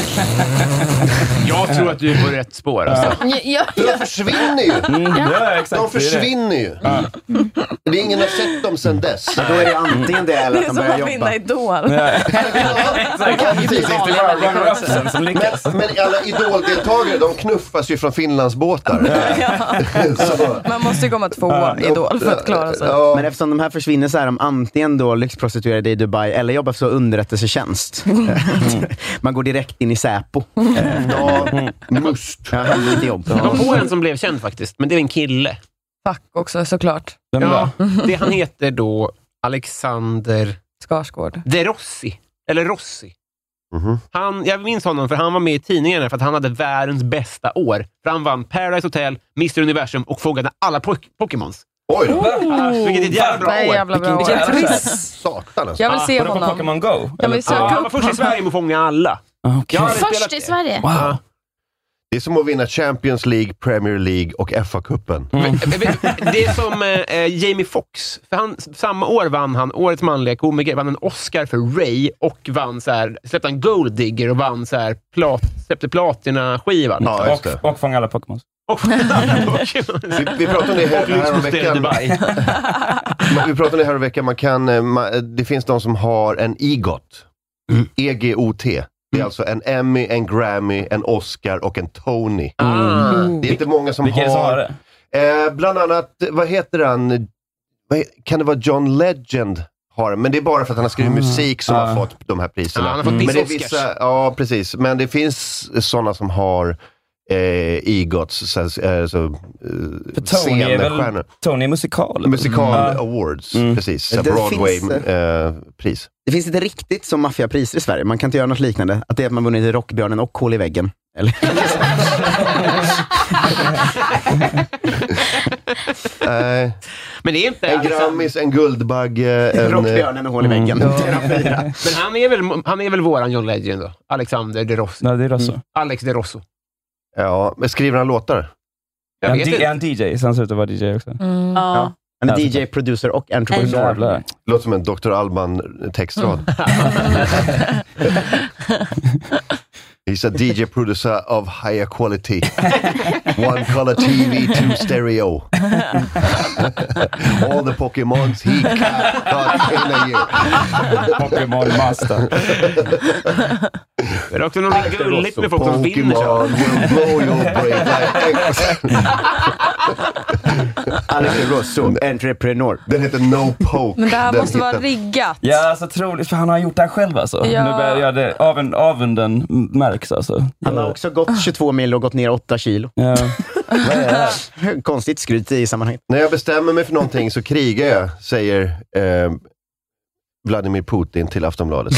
Jag tror att du är på rätt spår. Alltså. De försvinner ju. Ja, exakt. De försvinner ju. Det är ingen har sett dem sedan dess. Ja, då är det antingen det eller att de börjar jobba. Det är som att vinna Idol. Men alla idoldeltagare, de knuffas ju från Finlandsbåtar. Man måste ju komma två Idol för att klara sig. Men eftersom de här försvinner så är de antingen då lyxprostituerade i Dubai eller jobbar för underrättelsetjänst. Man går direkt in i Säpo. Must. Lite jobb. Jag kom på en som blev känd faktiskt, men det är en kille. Fuck också, såklart. Ja, det han heter då Alexander Skarsgård. De Rossi. Eller Rossi. Jag minns honom för han var med i tidningarna för att han hade världens bästa år. För han vann Paradise Hotel, Mr. Universum och fångade alla Pokémons. Oj då. Vilket ett jävla bra år. Jävla bra år. Satan alltså. Jag vill se honom. Pokémon Go? Jag vill söka Han upp var först i Sverige med att fånga alla. Okay. Först i Sverige? Wow. Det är som att vinna Champions League, Premier League och FA-cupen. Det är som Jamie Foxx. För han, samma år vann han Årets manliga komiker, vann en Oscar för Ray och vann släppte en Gold Digger och vann släppte platina-skivan. Ja, och fånga alla Pokémon. Vi pratade om det här om veckan. Vi pratade om det här om veckan. Det finns de som har en EGOT. EGOT. Det är alltså en Emmy, en Grammy, en Oscar och en Tony. Det är inte många som har det. Bland annat, vad heter han? Kan det vara John Legend? Men det är bara för att han har skrivit musik som har fått de här priserna. Han har fått men det är vissa, ja, precis. Men det finns sådana som har EGOTs, Tony är väl Tony musikal Awards, precis. Broadway-pris. Det finns inte riktigt som maffiapriser i Sverige. Man kan inte göra något liknande. Att det är att man vunnit Rockbjörnen och Hål i väggen. Eller? Men det är inte en Grammis, en Guldbagge, Rockbjörnen och Hål i väggen. Men han är väl våran John Legend då? Alexander De Rosso. Nej, det är Rosso. Alex De Rosso. Ja, men skriver han låtar? Är han DJ? Så han ser ut att vara DJ också. Ja. Han är DJ, producer och entreprenör. Låter som en Dr. Alban-textrad. He's a DJ producer of higher quality. One color TV, two stereo. All the Pokémons he got in a year. Pokémon master. Det är också något gulligt med folk som vinner. Pokémon will blow your brain like Alex Rosso, entreprenör. Den heter No Poke. Men det här måste vara riggat. Ja, så troligt, för han har gjort det här själv alltså. Ja. Nu börjar jag det, avunden märks alltså. Han har också gått 22 mil och gått ner 8 kilo. Ja. Vad är det här? Konstigt skryt i sammanhanget. När jag bestämmer mig för någonting så krigar jag, säger Vladimir Putin till Aftonbladet.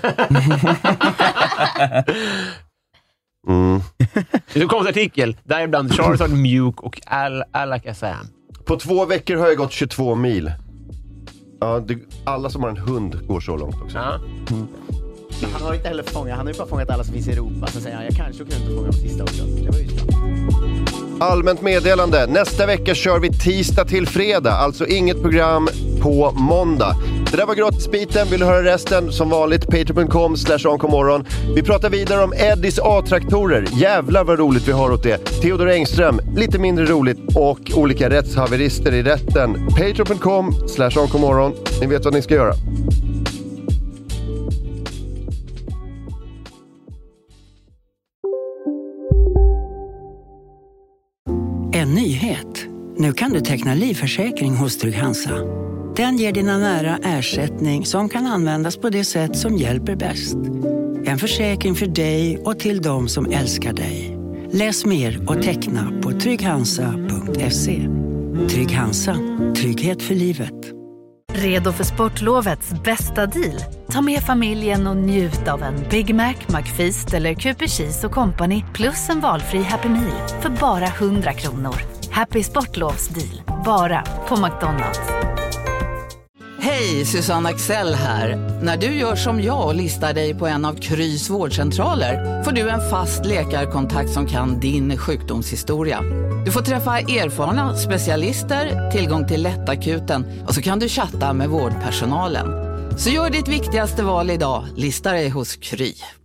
Det kom en artikel där ibland Charizard mjuk och Alakazam. På 2 veckor har jag gått 22 mil. Ja, alla som har en hund går så långt också. Ja. Han har inte heller fångat, han har ju bara fångat alla som finns i Europa. Sen säger han, jag kanske kunde inte fånga de sista också. Det var ju Allmänt meddelande. Nästa vecka kör vi tisdag till fredag. Alltså inget program på måndag. Det där var gratisbiten. Vill du höra resten? Som vanligt, patreon.com/onkomorron. Vi pratar vidare om Eddies A-traktorer. Jävlar vad roligt vi har åt det. Theodor Engström, lite mindre roligt. Och olika rättshaverister i rätten. Patreon.com/onkomorron. Ni vet vad ni ska göra. En nyhet. Nu kan du teckna livförsäkring hos Trygg-Hansa. Den ger dina nära ersättning som kan användas på det sätt som hjälper bäst. En försäkring för dig och till de som älskar dig. Läs mer och teckna på trygghansa.se. Trygg-Hansa. Trygghet för livet. Redo för sportlovets bästa deal? Ta med familjen och njut av en Big Mac, McFeast eller Cooper Cheese och Company plus en valfri Happy Meal för bara 100 kronor. Happy Sportlovs deal, bara på McDonalds. Hej, Susanne Axel här. När du gör som jag och listar dig på en av Krys vårdcentraler får du en fast läkarkontakt som kan din sjukdomshistoria. Du får träffa erfarna specialister, tillgång till lättakuten och så kan du chatta med vårdpersonalen. Så gör ditt viktigaste val idag, lista dig hos Kry.